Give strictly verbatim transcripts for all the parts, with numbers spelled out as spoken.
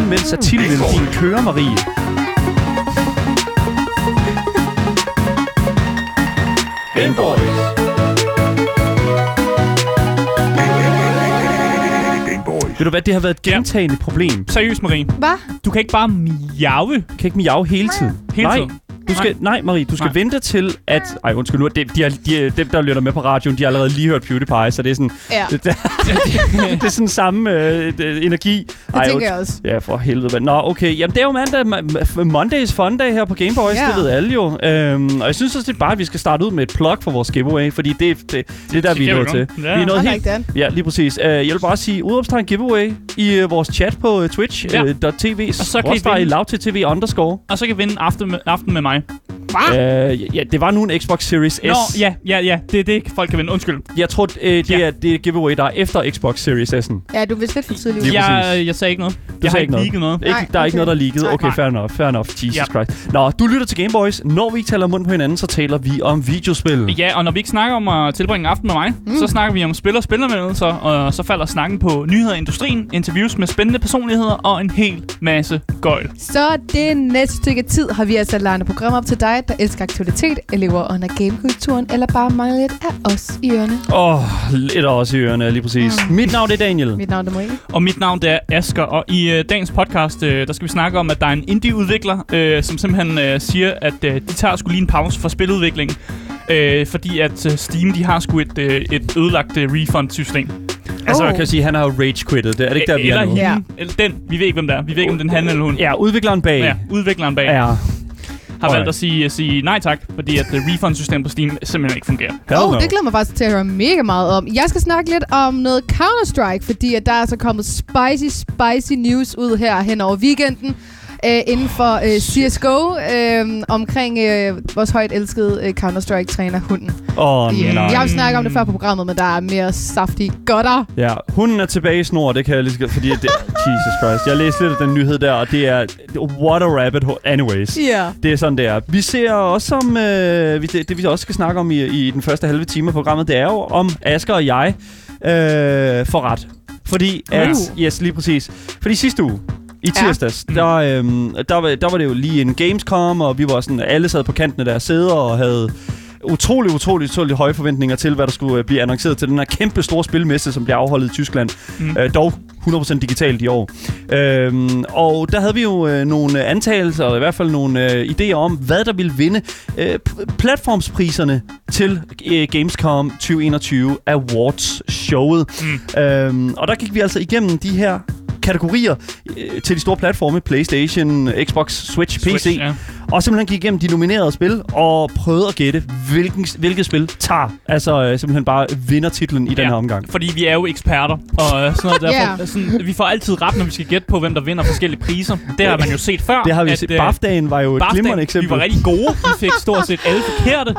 mens at titelmelodien kører, Marie. Gameboys. Ved du hvad, det har været et gentagende ja. problem. Seriøst, Marie. Hvad? Du kan ikke bare miave. Du kan ikke miave hele tiden. Hele Nej. tiden. Du skal, nej, Marie, du skal nej. vente til, at... Ej, undskyld nu. De, de, er, de, dem, der lytter med på radioen, de har allerede lige hørt PewDiePie, så det er sådan... Ja. Det, det, det er sådan samme øh, energi. Det Ej, tænker jeg også. Ja, for helvede. Nå, okay. Jamen, det er jo mandag. Mondays Fun Day her på Gameboys. Ja. Det ved alle jo. Øhm, og jeg synes også, det er bare, at vi skal starte ud med et plug for vores giveaway, fordi det, det, det er der, vi er nået til. Ja. Vi er nået helt... Ja, lige præcis. Uh, jeg vil bare sige, udopstegn giveaway i uh, vores chat på uh, Twitch. Ja. Uh, .tv. Og så kan I vinde... lavttv underscore. Og så kan I vinde aften med, aften med mig. Hvad? Uh, ja, det var nu en Xbox Series S. Nå, ja, ja, ja. Det er det, folk kan vinde. Undskyld. Jeg tror, uh, det, ja. er, det er giveaway, der er efter Xbox Series S'en. Ja, du vidste lidt for tidligt. Jeg, jeg sagde ikke noget. Du jeg har ikke noget. leaget noget. Ikke, Nej, der er okay. ikke noget, der er leaget. Okay, fair enough. Fair enough. Jesus ja. Christ. Nå, du lytter til Gameboys. Når vi ikke taler mund på hinanden, så taler vi om videospil. Ja, og når vi ikke snakker om at tilbringe aften med mig, mm. så snakker vi om spil og spillermeldelser, og så falder snakken på nyheder i industrien, interviews med spændende personligheder og en hel masse gøjl. Så det næste stykke tid har vi altså legnet program op til dig, der elsker aktualitet, elever under gamekulturen, eller bare mangler lidt af os i ørerne. Åh, oh, lidt af os i ørerne, lige præcis. Mm. Mit navn er Daniel. Mit navn er Marie. Og mit navn det er Asger, og i øh, dagens podcast, øh, der skal vi snakke om, at der er en indie-udvikler, øh, som simpelthen øh, siger, at øh, de tager sgu lige en pause fra spiludviklingen, øh, fordi at øh, Steam, de har sgu et, øh, et ødelagt øh, refund-system. Altså, Oh. jeg kan sige, at han har jo rage-quittet. Det er det ikke der, vi eller er nu? hende, Ja. eller den. Vi ved ikke, hvem det er. Vi ved ikke, om den han eller hun. Ja, udvikleren bag. Ja, udvikleren bag. Ja. Har valgt at sige, at sige nej tak, fordi at det refund-system på Steam simpelthen ikke fungerer. Hell Åh, no. oh, det glæder mig faktisk til at høre mega meget om. Jeg skal snakke lidt om noget Counter-Strike, fordi at der er altså kommet spicy, spicy news ud her hen over weekenden. Øh, inden for øh, C S G O øh, omkring øh, vores højt elskede øh, Counter-Strike-træner, hunden. Åh, oh, Yeah. nej. Jeg har jo snakket om det før på programmet, men der er mere saftige godter. Ja, hunden er tilbage i snor, det kan jeg lige så godt, fordi det, Jesus Christ. Jeg læste lidt af den nyhed der, og det er what a rabbit hole. Anyways, Ja. det er sådan, det er. Vi ser også om, øh, det, det vi også skal snakke om i, i den første halve time af programmet, det er jo om Asger og jeg øh, får ret. Fordi, at, Uh. yes, lige præcis. Fordi sidste uge, i tirsdags, ja. der, øhm, der, var, der var det jo lige en Gamescom, og vi var sådan, alle sad på kanten af deres sæder og havde utrolig, utrolig, utrolig høje forventninger til, hvad der skulle blive annonceret til den her kæmpe store spilmesse, som bliver afholdet i Tyskland. Mm. Øh, dog hundrede procent digitalt i år. Øhm, og der havde vi jo øh, nogle antagelser, eller i hvert fald nogle øh, idéer om, hvad der ville vinde øh, p- platformspriserne til øh, Gamescom tyve enogtyve Awards-showet. Mm. Øhm, og der gik vi altså igennem de her kategorier øh, til de store platforme, PlayStation, Xbox, Switch, P C, Switch, ja. og simpelthen gik igennem de nominerede spil og prøvede at gætte, hvilken, hvilket spil tager, altså øh, simpelthen bare vinder titlen i ja, den her omgang. Fordi vi er jo eksperter, og øh, sådan noget derfor, Yeah. sådan, vi får altid ret, når vi skal gætte på, hvem der vinder forskellige priser. Det har man jo set før. Det har vi at, set. øh, BAFTA'en var jo et glimrende eksempel. Vi var rigtig gode. Vi fik stort set alle forkerte.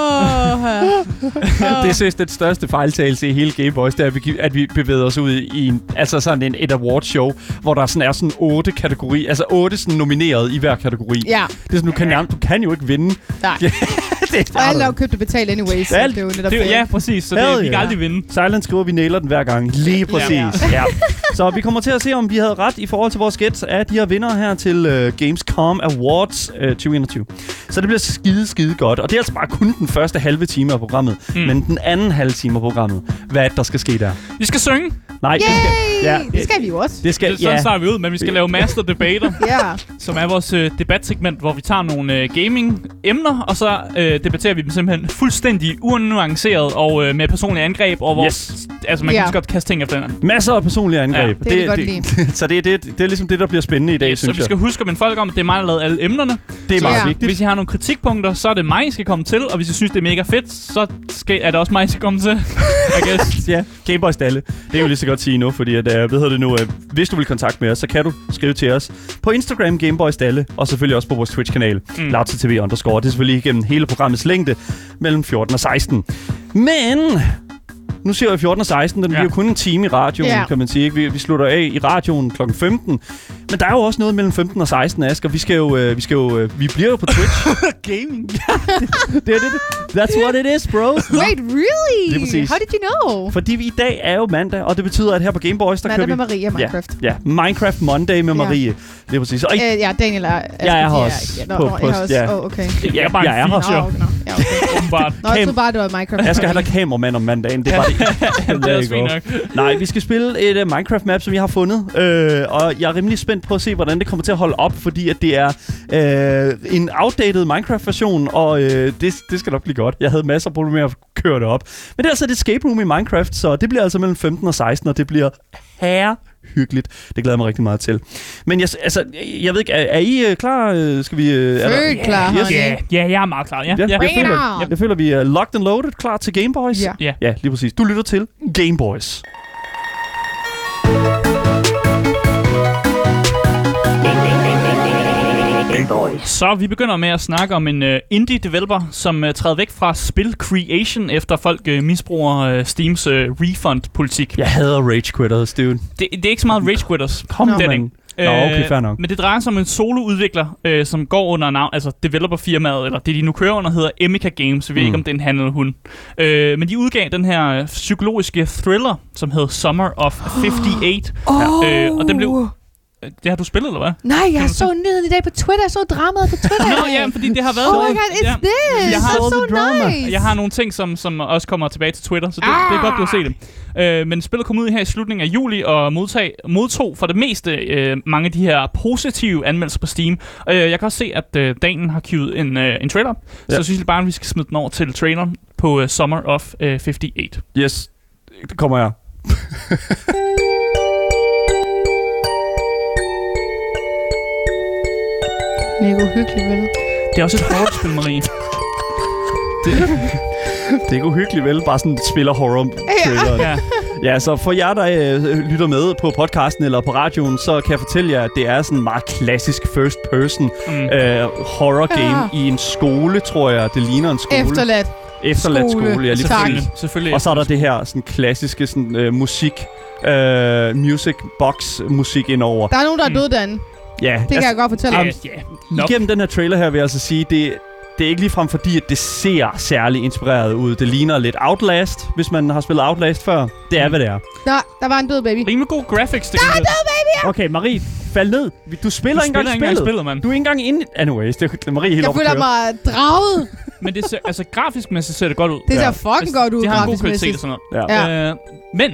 Oh, Det er seriøst den største fejltagelse i hele Gameboys, det er, at vi, at vi bevæger os ud i en, altså sådan en, et awardshow, hvor der sådan er sådan otte kategorier, altså otte sådan nomineret i hver kategori. ja. Det er sådan, du kan, nærmest, du kan jo ikke vinde. Nej. det Og alle har jo købt og betalt anyways, så Alt- det er jo netop Det, det. ja, præcis. Så det, Hell vi kan yeah. aldrig vinde. Silent skriver, vi nailer den hver gang. Lige præcis. Ja. Ja. Så vi kommer til at se, om vi havde ret i forhold til vores gæt af de her vinder her til uh, Gamescom Awards uh, tyve enogtyve. Så det bliver skide, skide godt. Og det er altså bare kun den første halve time af programmet. Mm. Men den anden halve time af programmet, hvad er det, der skal ske der? Vi skal synge. Nej, det Yay! skal, ja, Det skal vi jo også. det skal, Det, sådan ja. starter vi ud, men vi skal lave master debater, Ja. som er vores øh, debatsegment, hvor vi tager nogle øh, gaming-emner, og så øh, debatterer vi dem simpelthen fuldstændig unuanceret og øh, med personlige angreb, og hvor Yes. altså, man Ja. kan ja. godt kaste ting efter hinanden. Masser af personlige angreb. Ja, det kan vi godt lide. Så det er, det, det er ligesom det, der bliver spændende i dag, Så synes vi skal jeg. huske at minde folk om, at det er mig, der har lavet alle emnerne. Det er meget Ja. vigtigt. Hvis I har nogle kritikpunkter, så er det mig, I skal komme til, og hvis I synes, det er mega fedt, så skal, er det også mig, I skal komme til. I guess. Ja, Gameboys Dalle. Det kan vi lige så godt sige nu, fordi at, uh, hvad hedder det nu, uh, hvis du vil kontakte med os, så kan du skrive til os på Instagram Gameboys Dalle, og selvfølgelig også på vores Twitch-kanal, mm. lavttv underscore. Det er selvfølgelig igennem hele programmets længde, mellem fjorten og seksten. Men nu siger jeg fjorten og seksten, den Ja. bliver jo kun en time i radioen, Ja. kan man sige. Ikke? Vi, vi slutter af i radioen klokken femten, Men der er jo også noget mellem femten og seksten, Asger. Vi skal jo, øh, vi skal jo, øh, vi bliver jo på Twitch. Gaming. det er det. That's what it is, bro. Wait, really? Det er præcis. How did you know? Fordi vi i dag er jo mandag, og det betyder, at her på Game Boys, der mandag kører vi... med Maria Minecraft. Ja, ja, Minecraft Monday med Ja. Marie. Det er præcis. Og I, Øh, ja, Daniel er... Jeg er her ja, også Ja, nå, på nå, jeg er post, også. ja. Oh, okay. Jeg er bare jeg er en her. feature. Nå, nå, ja, okay. Åbenbart. Nå, jeg troede bare, det var Minecraft. jeg skal have der kamermand om mandagen. Det er bare det. Det er også fint nok. Nej, vi skal spille et uh, Minecraft-map, som jeg har fundet. Øh, og jeg er rimelig spændt på at se, hvordan det kommer til at holde op, fordi at det er øh, en outdated Minecraft-version, og øh, det, det skal nok blive godt. Jeg havde masser af problemer med at køre det op. Men det er altså et escape room i Minecraft, så det bliver altså mellem femten og seksten, og det bliver herre hyggeligt. Det glæder jeg mig rigtig meget til. Men jeg, altså, jeg ved ikke, er, er I uh, klar? Uh, skal vi... Uh, er der- Født klar, Yes. honey. Ja, ja, jeg er meget klar. Ja, Ja, ja. jeg, føler, Bring it on. jeg føler, vi er locked and loaded, klar til Game Boys. Ja. Ja. Ja, lige præcis. Du lytter til Game Boys. Så vi begynder med at snakke om en uh, indie-developer, som uh, træder væk fra spil creation, efter folk uh, misbruger uh, Steams uh, refund-politik. Jeg hader Rage Quitters, dude. Det, det er ikke så meget Rage Quitters. Kom, Det er det man. ikke. Nå, okay, fair nok. Men det drejer sig om en soloudvikler, øh, som går under navn, altså developerfirmaet, eller det de nu kører under, hedder Emika Games. Jeg ved mm. ikke, om det er en han eller hun. Øh, men de udgav den her øh, psykologiske thriller, som hed Summer of femoghalvfems. Oh. Øh, og den blev... Det har du spillet, eller hvad? Nej, jeg så nyheden i dag på Twitter. Jeg så dramaet på Twitter. Nå, ja, fordi det har været... Oh my god, it's ja. this! Jeg har That's all so the drama. nice! Jeg har nogle ting, som, som også kommer tilbage til Twitter, så det, ah. det er godt, du har set det. Øh, men spillet kom ud her i slutningen af juli, og modtag, modtog for det meste øh, mange af de her positive anmeldelser på Steam. Øh, jeg kan også se, at øh, Daniel har queued en, øh, en trailer, ja. Så jeg synes bare, at vi skal smide den over til traileren på øh, Summer of øh, femoghalvfems. Yes, det kommer jeg. Mega uhyggeligt, vel? Det er også et horrorspil, Marie. Det, det er ikke uhyggeligt, vel? Bare sådan et spiller horror trailer. Ja. Ja, så for jer, der øh, lytter med på podcasten eller på radioen, så kan jeg fortælle jer, at det er sådan en meget klassisk first person Mm. øh, horror game ja. i en skole, tror jeg. Det ligner en skole. Efterladt. Efterladt skole. skole ja, lige Tak. Selvfølgelig. Selvfølgelig. Og så er der det her sådan klassiske sådan, øh, musik, øh, music box musik indover. Der er nogen, der er Mm. døde, Dan. Ja, Det kan jeg godt fortælle Ja, om. ja. Nok. igennem den her trailer her vil jeg altså sige, det, det er ikke ligefrem fordi, at det ser særlig inspireret ud. Det ligner lidt Outlast, hvis man har spillet Outlast før. Det er, Mm. hvad det er. Der, der var en død baby. Rimelig god graphics. Det Der er kan en død baby! Okay, Marie, fald ned. Du spiller du ikke engang spiller ikke engang spillet. spillet, mand. Du er ikke engang inde... Anyways, det er Marie helt Jeg op at føler køre. mig draget. Men det ser, altså grafisk mæssigt ser det godt ud. Det ser Ja. fucking godt ud, Det har en god grafisk kvalitet og mæssigt. sådan noget. Ja. Ja. Øh, men,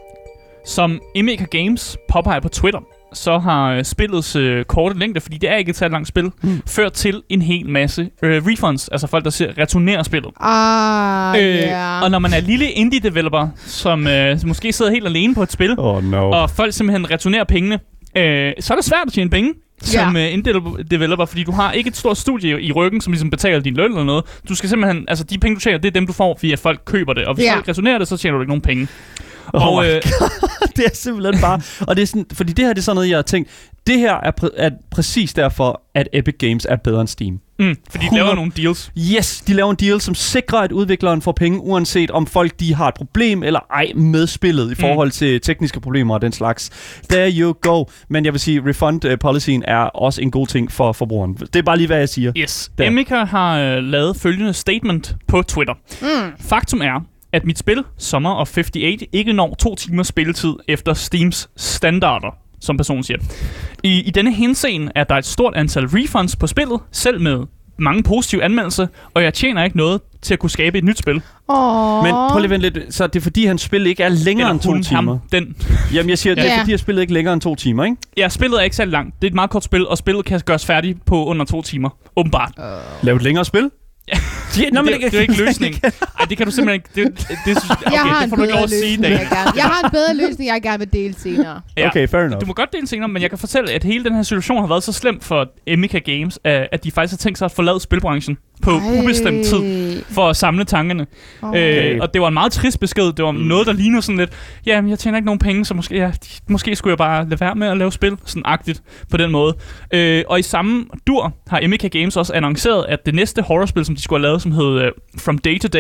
som Emika Games påpeger på Twitter, så har øh, spillets øh, korte længde, fordi det er ikke et særligt langt spil, mm. ført til en hel masse øh, refunds, altså folk, der ser, returnerer spillet. Ah, Øh, ja. Og når man er lille indie-developer, som øh, måske sidder helt alene på et spil, Oh no. og folk simpelthen returnerer pengene, øh, så er det svært at tjene penge som Ja. øh, indie-developer, fordi du har ikke et stort studie i ryggen, som ligesom betaler din løn eller noget. Du skal simpelthen, altså de penge, du tjener, det er dem, du får, fordi at folk køber det. Og hvis Ja. folk returnerer det, så tjener du ikke nogen penge. Oh og my øh, det er simpelthen bare... Og det er sådan, fordi det her det er sådan noget, jeg har tænkt... Det her er, præ- er præcis derfor, at Epic Games er bedre end Steam. mm, fordi de laver nogle deals. Yes, de laver en deal, som sikrer, at udvikleren får penge, uanset om folk de har et problem eller ej med spillet i forhold til tekniske problemer og den slags. There you go. Men jeg vil sige, refund-policyen er også en god ting for forbrugeren. Det er bare lige, hvad jeg siger. Yes. Der. Emika har øh, lavet følgende statement på Twitter. Mm. Faktum er, at mit spil, Summer of femoghalvfems, ikke når to timers spilletid efter Steams standarder, som personen siger. I, i denne henseende er der et stort antal refunds på spillet, selv med mange positive anmeldelser, og jeg tjener ikke noget til at kunne skabe et nyt spil. Åh. Men prøv lige at vente lidt. Så det er fordi, hans spil ikke er længere Eller end to hun, timer? ham, den. Jamen, jeg siger, det er Ja. fordi, at spillet ikke er længere end to timer, ikke? Ja, spillet er ikke særlig langt. Det er et meget kort spil, og spillet kan gøres færdigt på under to timer. Åbenbart. Uh. Lav et længere spil? Ja. Ja, nå, men det, det er jo ikke løsningen. Ej, det kan du simpelthen ikke... Det, det, det, okay, Jeg har det en får du ikke lov bedre at sige, løsning, Daniel. jeg gerne. Jeg har en bedre løsning, jeg gerne vil dele senere. Ja. Okay, fair enough. Du må godt dele senere, men jeg kan fortælle, at hele den her situation har været så slem for Emika Games, at de faktisk har tænkt sig at forlade spilbranchen på Ej. ubestemt tid for at samle tankerne. Okay. Øh, og det var en meget trist besked. Det var mm. noget, der ligner sådan lidt, jamen, jeg tjener ikke nogen penge, så måske, ja, måske skulle jeg bare lade være med at lave spil, sådan agtigt på den måde. Øh, og i samme dur har Emika Games også annonceret, at det næste horrorspil, som de skulle have lavet, som hed uh, From Day to Day,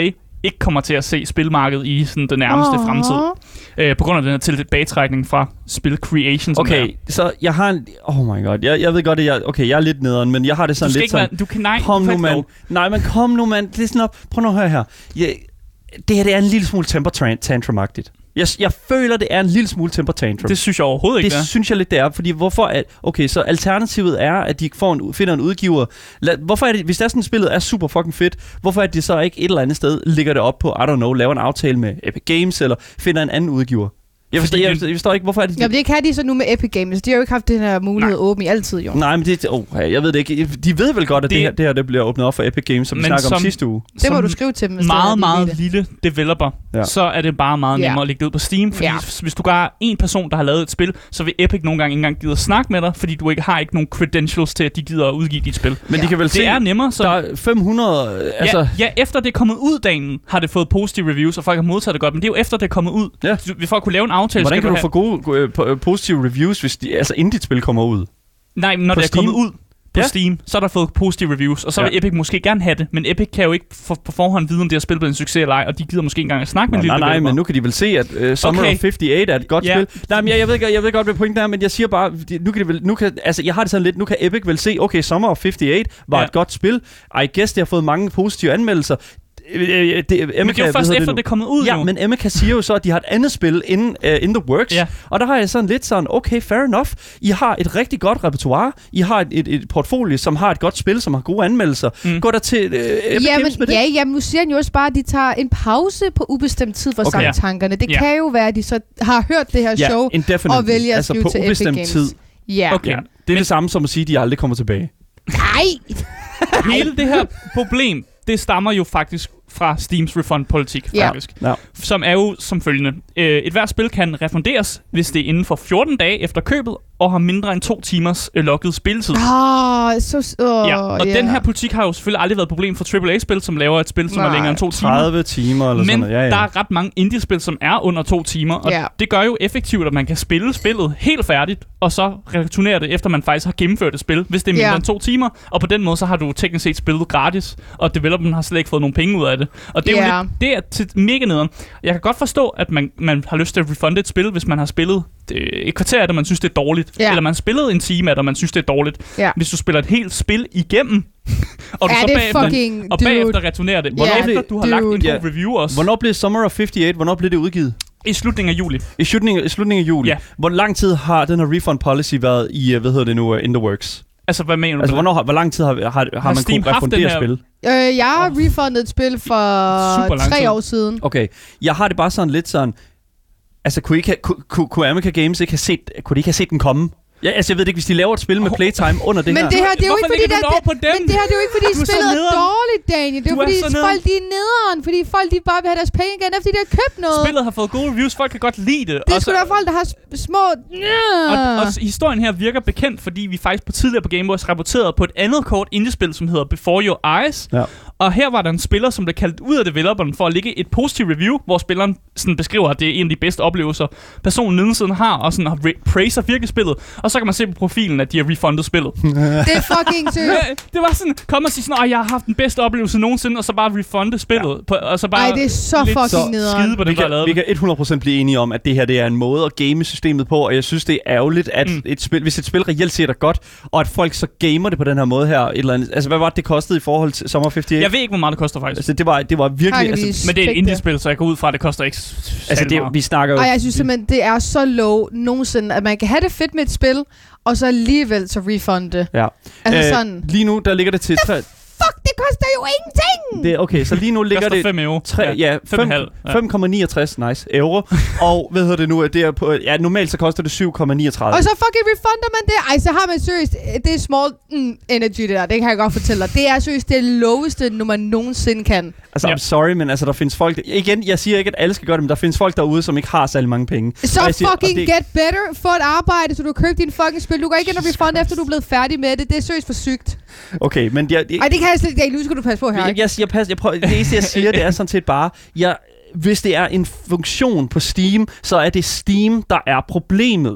ikke kommer til at se spilmarkedet i sådan den nærmeste Aww. fremtid. Øh, på grund af den her tilbagetrækning fra spil creation. Okay, så jeg har en... Oh my god, jeg, jeg ved godt, at jeg... Okay, jeg er lidt nederen, men jeg har det sådan lidt sådan... Være, du kan nej, kom du nu, mand. Nej, men kom nu, mand. Listen op. Prøv nu at høre her. Jeg, det her, det er en lille smule temper tantrum-agtigt. Jeg, jeg føler, det er en lille smule temper tantrum. Det synes jeg overhovedet ikke, det. Det synes jeg lidt, det er. Fordi hvorfor... At, okay, så alternativet er, at de får en, finder en udgiver. Lad, hvorfor er det... Hvis der sådan spillet er super fucking fedt, hvorfor er det så ikke et eller andet sted, ligger det op på, I don't know, laver en aftale med Epic Games, eller finder en anden udgiver? Jeg forstår, jeg, jeg forstår ikke, hvorfor er det... Jamen, det kan de så nu med Epic Games. De har jo ikke haft den her mulighed åben i altid, jo. Nej, men det... Oh, jeg ved det ikke. De ved vel godt, at det, det, her, det her det bliver åbnet op for Epic Games, som vi snakker om sidste uge. Det må du skrive til dem, hvis meget, det meget det. lille developer, ja. Så er det bare meget nemmere yeah. at lægge det ud på Steam. Fordi yeah. hvis du har en person, der har lavet et spil, så vil Epic nogle gange ikke engang gide at snakke med dig, fordi du ikke har ikke nogen credentials til, at de gider at udgive dit spil. Men ja. de kan vel det se... er nemmere, så... Der er fem hundrede... Altså... Ja, ja, efter det er kommet ud, dagen har det fået positive reviews, og folk har modtaget det godt, men det er jo efter, det er kommet ud. Ja. Vi får kunne lave en aftale. Hvordan kan du, du få gode positive reviews, hvis de, altså inden dit spil kommer ud? Nej, men når på det er Steam? kommet ud på ja. Steam, så er der fået positive reviews, og så ja. vil Epic måske gerne have det, men Epic kan jo ikke for, på forhånd vide, om det har spillet på en succes eller ej, og de gider måske ikke engang at snakke med en lille Nej, nej, men nu kan de vel se, at uh, Summer okay. of fireoghalvtreds er et godt ja. spil. Nej, men jeg, jeg, ved, jeg ved godt, hvad pointen er, men jeg siger bare, nu kan de vel, nu kan, altså jeg har det sådan lidt, nu kan Epic vel se, okay, Summer of fireoghalvtreds var ja. et godt spil. I guess det har fået mange positive anmeldelser. Det, det, men det er jo først efter, det, det er kommet ud. Ja, jo. men Emeka siger jo så, at de har et andet spil in, uh, in the works. Ja. Og der har jeg sådan lidt sådan, okay, fair enough. I har et rigtig godt repertoire. I har et, et, et portfolio, som har et godt spil, som har gode anmeldelser. Mm. Gå der til uh, Epic jamen, Games med ja, det. jamen, nu siger han jo også bare, at de tager en pause på ubestemt tid for okay. samtankerne. Det ja. kan jo være, at de så har hørt det her ja, show og vælger at altså skrive til Epic Games. Tid. Ja. Okay. Ja. Det er men, det samme som at sige, at de aldrig kommer tilbage. Nej! Hele det her problem, det stammer jo faktisk fra Steams refund-politik, ja. faktisk. Ja. Som er jo som følgende. Øh, et hvert spil kan refunderes, hvis det er inden for fjorten dage efter købet, og har mindre end to timers øh, logget spilletid. Ah, så... Uh, ja. Og yeah. den her politik har jo selvfølgelig aldrig været et problem for triple A-spil, som laver et spil, som Nej. er længere end to timer. tredive timer eller Men sådan noget. Ja, ja. der er ret mange indie-spil, som er under to timer, og ja. det gør jo effektivt, at man kan spille spillet helt færdigt, og så returnere det, efter man faktisk har gennemført et spil, hvis det er mindre ja. end to timer. Og på den måde, så har du teknisk set spillet gratis, og developeren har slet ikke fået nogen penge ud af det. Og det er ja. jo lidt, det er til mega nederen. Jeg kan godt forstå, at man, man har lyst til at refunde et spil, hvis man har spillet et kvarter af det, man synes, det er dårligt. Ja. Eller man har spillet en time af det, og man synes, det er dårligt. Ja. Hvis du spiller et helt spil igennem, og du er så bagefter, fucking, og bagefter returnerer det. Hvornår yeah, efter du har dude. lagt en god yeah. review også. Hvornår blev Summer of fireoghalvtreds? Hvornår blev det udgivet? I slutningen af juli. I slutningen, i slutningen af juli? Ja. Hvor lang tid har den her refund policy været i, hvad hedder det nu, uh, in the works? Altså, hvad mener du? Altså, hvornår har, hvor lang tid har, har, har, har man Steam kunnet refundere her... spil? Øh, jeg har oh. refundet et spil for tre tid. år siden. Okay, jeg har det bare sådan lidt sådan... Altså, kunne, ikke have, kunne, kunne Amiga Games ikke have set, kunne de ikke have set den komme? Ja, altså, jeg ved ikke, hvis de laver et spil med playtime under det men her... Det her det er jo ikke, fordi, der, det, men det her det er jo ikke, fordi spillet er dårligt, Daniel. Det er jo fordi, er folk de er nederen. Fordi folk de bare vil have deres penge igen, efter de har købt noget. Spillet har fået gode reviews. Folk kan godt lide det. Det er sgu da folk, der har små... Og, og historien her virker bekendt, fordi vi faktisk på tidligere på Game Boys rapporterede på et andet kort indiespil, som hedder Before Your Eyes. Ja. Og her var der en spiller, som blev kaldt ud af developeren for at lægge et positivt review, hvor spilleren sådan beskriver, at det er en af de bedste oplevelser, personen nedensiden har, og sådan har praiser virkelig spillet. Og så kan man se på profilen, at de har refundet spillet. Det er fucking seriøst. Det var sådan, kom og sige sådan, at jeg har haft den bedste oplevelse nogensinde, og så bare refunde spillet. Ja. På, og så bare Ej, det er så fucking nederen. Skide på det, vi, kan, vi kan hundrede procent blive enige om, at det her det er en måde at game systemet på, og jeg synes, det er ærgerligt, at mm. et spil, hvis et spil reelt set er godt, og at folk så gamer det på den her måde her. Et eller andet. Altså, hvad var det, det kostede i forhold til Summer fireoghalvtreds? Jeg ved ikke, hvor meget det koster faktisk. Altså, det var, det var virkelig... Altså, men det er et indie-spil, så jeg går ud fra, at det koster ikke altså, det, vi snakker jo... Og jeg synes simpelthen, det er så low nogensinde, at man kan have det fedt med et spil, og så alligevel så refunde det. Ja. Altså øh, sådan... Lige nu, der ligger det til... Tre... Fuck, det koster jo ingenting! Det, okay, så lige nu ligger det... fem euro. Tre, ja, fem komma niogtres, nice, euro. Og hvad hedder det nu? Det er på, ja, normalt så koster det syv komma niogtredive. Og så fucking refunder man det. Ej, så har man seriøst... Det er small mm, energy, det der. Det kan jeg godt fortælle dig. Det er seriøst det loweste, nu man nogensinde kan. Altså, ja. I'm sorry, men altså, der findes folk... Igen, jeg siger ikke, at alle skal gøre det, men der findes folk derude, som ikke har særlig mange penge. Så siger, fucking det... get better. Få et arbejde, så du kan købe din fucking spil. Du går ikke ind og refund, efter du er blevet færdig med det. Det er seriøst for sygt. Okay, men... Jeg, jeg... Ej, det kan jeg slet ikke. Nu skal du passe på her. Jeg, jeg, jeg, pas, jeg prøver, det eneste, jeg siger, det er sådan set bare... Jeg, hvis det er en funktion på Steam, så er det Steam, der er problemet.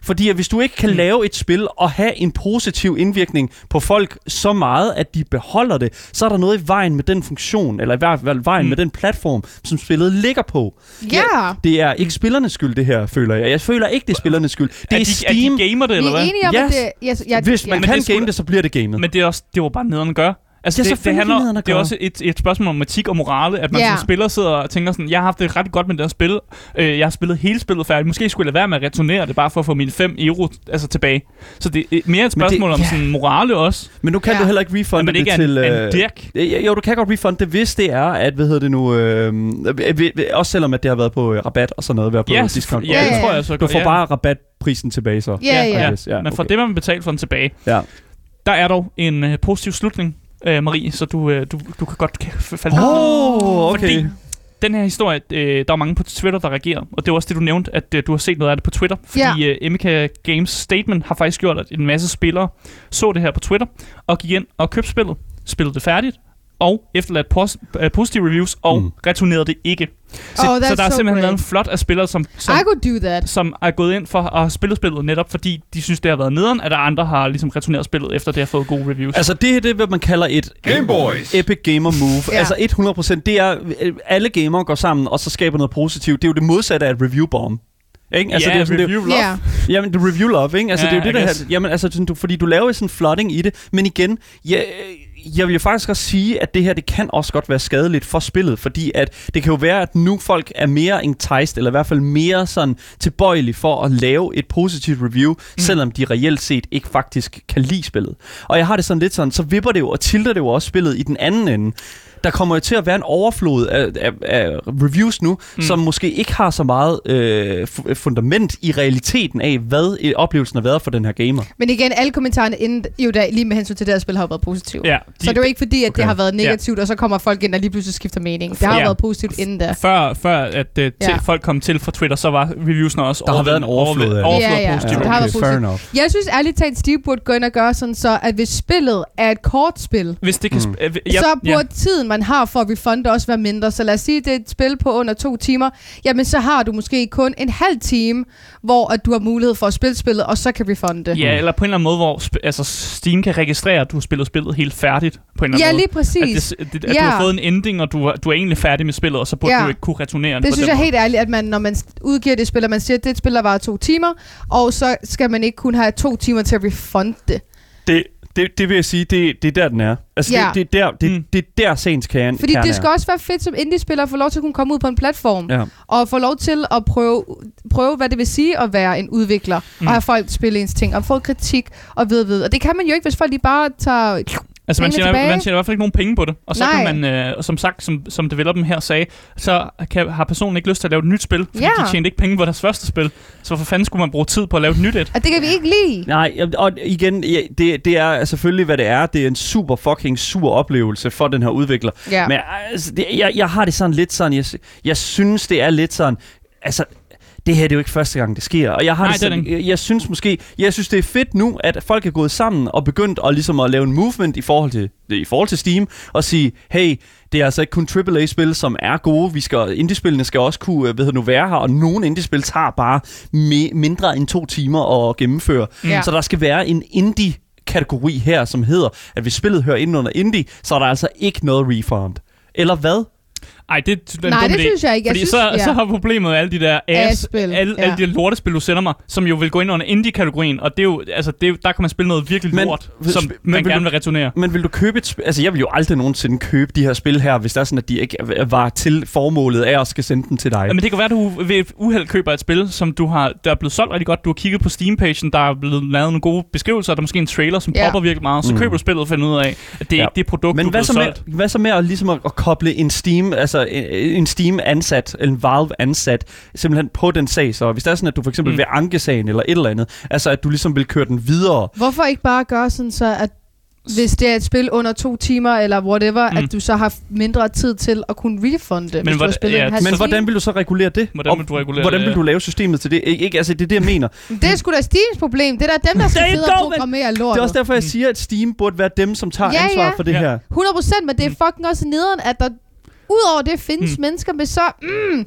Fordi at hvis du ikke kan mm. lave et spil og have en positiv indvirkning på folk så meget, at de beholder det, så er der noget i vejen med den funktion, eller i hvert fald vejen mm. med den platform, som spillet ligger på. Ja. Yeah. Det er ikke spillernes skyld, det her, føler jeg. Jeg føler ikke, det er spillernes skyld. Det er, er, de, Steam. er de gamer det, eller hvad? Vi er enige om, yes. at det... Yes, ja, Hvis man ja. kan det game sgu... det, så bliver det gamet. Men det er også, det var bare nederen at gøre. Altså, det, det, det, handler, det er gøre. også et, et spørgsmål om etik og morale, at man yeah. som spiller sidder og tænker sådan, jeg har haft det ret godt med det her spil, øh, jeg har spillet hele spillet færdigt, måske skulle jeg lade være med at returnere det, bare for at få mine fem euro altså, tilbage. Så det er mere et spørgsmål det, om yeah. sådan morale også. Men nu kan ja. du heller ikke refunde det, det ikke til... En, en dirk. Øh, jo, du kan godt refunde det, hvis det er, at, hvad hedder det nu, øh, øh, også selvom at det har været på øh, rabat og sådan noget, været på yes, discount. Ja, det tror jeg så. Du får ja. bare rabatprisen tilbage så. Ja, ja. ja. ja. Men for det, man betaler for den tilbage, ja. der er dog en uh, positiv slutning, uh, Marie, så du, uh, du, du kan godt falde ned. Åh, okay. Fordi den her historie, øh, der er mange på Twitter, der reagerer, og det er også det, du nævnte, at øh, du har set noget af det på Twitter, fordi yeah. øh, M K Games Statement har faktisk gjort, at en masse spillere så det her på Twitter, og gik ind og købte spillet, spillede det færdigt, og efterladt pos- uh, positive reviews, og mm. returnerede det ikke. Så, oh, så der er so simpelthen great. været en flot af spillere, som, som, I could do that. som er gået ind for at have spillet spillet, netop fordi de synes, det har været nederen, at der andre har ligesom returneret spillet, efter det har fået gode reviews. Altså det her, det er, hvad man kalder et Gameboys. Epic Gamer Move. Ja. Altså hundrede procent, det er, alle gamere går sammen, og så skaber noget positivt. Det er jo det modsatte af et review bomb. Ikke? Altså, ja, det er sådan, review det, love. Yeah. Jamen, det er review love, ikke? Altså, Ja, det er jo det, I der guess. her, jamen, altså, sådan, du, fordi du laver sådan en flooding i det, men igen, ja, jeg vil jo faktisk også sige, at det her, det kan også godt være skadeligt for spillet, fordi at det kan jo være, at nu folk er mere enticed, eller i hvert fald mere sådan tilbøjelige for at lave et positivt review, mm. selvom de reelt set ikke faktisk kan lide spillet. Og jeg har det sådan lidt sådan, så vipper det jo og tilter det jo også spillet i den anden ende. Der kommer jo til at være en overflod af, af, af reviews nu, mm. som måske ikke har så meget øh, fundament i realiteten af, hvad oplevelsen har været for den her gamer. Men igen, alle kommentarerne inden, jo da, lige med hensyn til det her spil har været positivt. Ja, de, så det er jo ikke fordi, at okay. det har været negativt, ja. og så kommer folk ind og lige pludselig skifter mening. Det har ja. været positivt inden da. Før, før at uh, til ja. folk kom til fra Twitter, så var reviewsene også der har været en overflod af ja, ja. positivt. Ja, okay, okay, fair enough. Jeg synes ærligt talt, Steve burde gå ind og gøre sådan så, at hvis spillet er et kortspil, hvis det kan mm. sp- ja, så burde ja. tiden, man har for at refunde, også være mindre. Så lad os sige, at det er et spil på under to timer. Jamen, så har du måske kun en halv time, hvor at du har mulighed for at spille spillet, og så kan refunde det. Ja, eller på en eller anden måde, hvor sp- altså Steam kan registrere, at du har spillet spillet helt færdigt. På en eller anden ja, måde. lige præcis. At, det, det, at ja. du har fået en ending, og du, du er egentlig færdig med spillet, og så burde ja. du ikke kunne returnere det. Det på synes den jeg måde. helt ærligt, at man, når man udgiver det spil, og man siger, at det spil, der var to timer, og så skal man ikke kun have to timer til at refunde det. Det, det, det vil jeg sige, det, det er der, den er. Altså, ja. det, det, er der, det, mm. det er der sagens kerne. Fordi det skal også være fedt som indie-spiller at få lov til at kunne komme ud på en platform, ja. og få lov til at prøve, prøve, hvad det vil sige at være en udvikler, mm. og have folk spille ens ting, og få kritik, og ved ved. Og det kan man jo ikke, hvis folk lige bare tager... Altså man tjener, man tjener i hvert fald ikke nogen penge på det. Og så Nej. kan man, øh, som sagt, som, som developeren her sagde, så kan, har personen ikke lyst til at lave et nyt spil, fordi ja. de tjente ikke penge på deres første spil. Så hvorfor fanden skulle man bruge tid på at lave et nyt et? Og det kan vi ikke lide. Nej, og igen, ja, det, det er selvfølgelig, hvad det er. Det er en super fucking sur oplevelse for den her udvikler. Ja. Men altså, det, jeg, jeg har det sådan lidt sådan, jeg, jeg synes, det er lidt sådan, altså... Det her det er jo ikke første gang, det sker. Og jeg har Nej, det sådan, jeg, jeg synes måske, jeg synes det er fedt nu, at folk er gået sammen og begyndt at ligesom at lave en movement i forhold til i forhold til Steam og sige, hey, det er altså ikke kun triple A-spil, som er gode. Vi skal indie-spillene skal også kunne, hvad nu være her, og nogle indie-spil tager bare me- mindre end to timer at gennemføre. Ja. Så der skal være en indie kategori her, som hedder, at hvis spillet hører ind under indie, så er der altså ikke noget refund. Eller hvad? Ej, det, det, Nej, det idé. synes jeg ikke. Jeg Fordi synes, så, ja. så har problemet alle de der ass, Ass-spil, alle, ja. alle de lortespil, du sender mig, som jo vil gå ind under indie-kategorien, og det er jo, altså, det er, der kan man spille noget virkelig Men- lort, hvis- som men man vil gerne du- vil returnere. Men vil du købe et spil? Altså, jeg vil jo aldrig nogensinde købe de her spil her, hvis det er sådan, at de ikke var til formålet af at skal sende dem til dig. Ja, men det kan være, at du ved et uheld køber et spil, som du har, der er blevet solgt rigtig godt. Du har kigget på Steam-pagen, der er blevet lavet nogle gode beskrivelser, der er måske en trailer, som Ja. popper virkelig meget. Så Mm. køber du spillet og finder ud af, at det er Ja. ikke det produkt, Men du er hvad blevet så, med, solgt. hvad så med at, ligesom at, at koble en Steam, altså en, en Steam-ansat, eller en Valve-ansat, simpelthen på den sag? Så hvis det er sådan, at du for eksempel Mm. mm. vil anke sagen eller et eller andet, altså at du ligesom vil køre den videre. Hvorfor ikke bare gøre sådan så, at hvis det er et spil under to timer, eller whatever, Mm. at du så har mindre tid til at kunne refunde det, hvis du hvordan- har spillet ja, en halv Men time. hvordan vil du så regulere det? Hvordan Og vil du regulere hvordan det, vil ja. du lave systemet til det? Ikke, ikke, altså, det er det, jeg mener. Det er sgu da Steams problem. Det er da dem, der skal Det er sidde og dog, men- programmere lortet. Det er også derfor, jeg siger, at Steam burde være dem, som tager Ja, ansvar ja. for det Ja. her. hundrede procent, men det er Mm. fucking også nederen, at der udover det findes Mm. mennesker med så... Mm, Ja.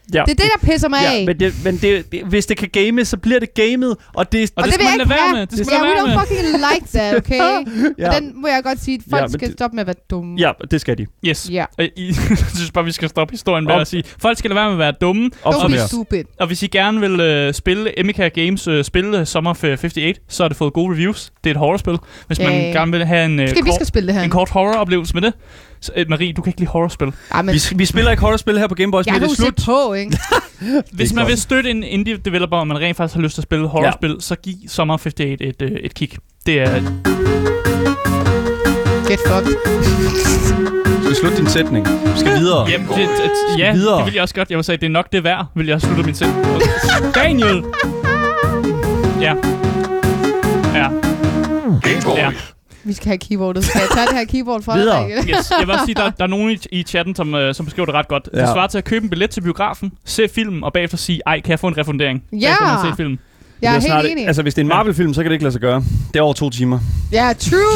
Ja. Det er det, der pisser mig ja, af. Men, det, men det, det, hvis det kan games, så bliver det gamet, og det, Og Og det, det skal vil man jeg lade ikke være have. med. Det skal Ja, man we lade være don't med. fucking like that, okay? ja. Og den må jeg godt sige, at folk Ja, men skal det- stoppe med at være dumme. Ja, det skal de. Yes. Ja. Øh, I, jeg synes bare, vi skal stoppe historien med Op. at sige, folk skal lade være med at være dumme. Don't be Opsummer. stupid. Og hvis I gerne vil øh, spille Emika Games øh, spil øh, Summer of femoghalvfems, så har det fået gode reviews. Det er et horrorspil. Hvis man Ja. gerne vil have en, øh, Måske vi kort, skal spille det her. en kort horror-oplevelse med det. Så, øh, Marie, du kan ikke lide horrorspil. Ej, men Vi, vi spiller ikke horrorspil her på Gameboys, jeg men kan det jo er se slut. på, ikke? Hvis man godt. vil støtte en indie-developer, og man rent faktisk har lyst til at spille horrorspil, ja. så giv Summer of femoghalvfems et, øh, et kig. Det er... Get fucked. Du skal slutte din sætning. Du skal videre. Jamen, det, det, ja, videre. det vil jeg også godt. Jeg vil sige, det er nok det værd, vil jeg slutte min selv. Daniel! Ja. Ja. Gameboy. Ja. Vi skal have keyboardet. Skal jeg tage det her keyboard fra Videre. dig? Yes. Jeg vil også sige, der, der er nogen i, i chatten, som, øh, som beskriver det ret godt. Ja. Det Ja. svarer til at købe en billet til biografen, se filmen, og bagefter sige, ej, kan jeg få en refundering? Ja. Bagefter man har set filmen. Jeg er Det helt snart, enig. Altså, hvis det er en Marvel-film, så kan det ikke lade sig gøre. Det er over to timer. Ja,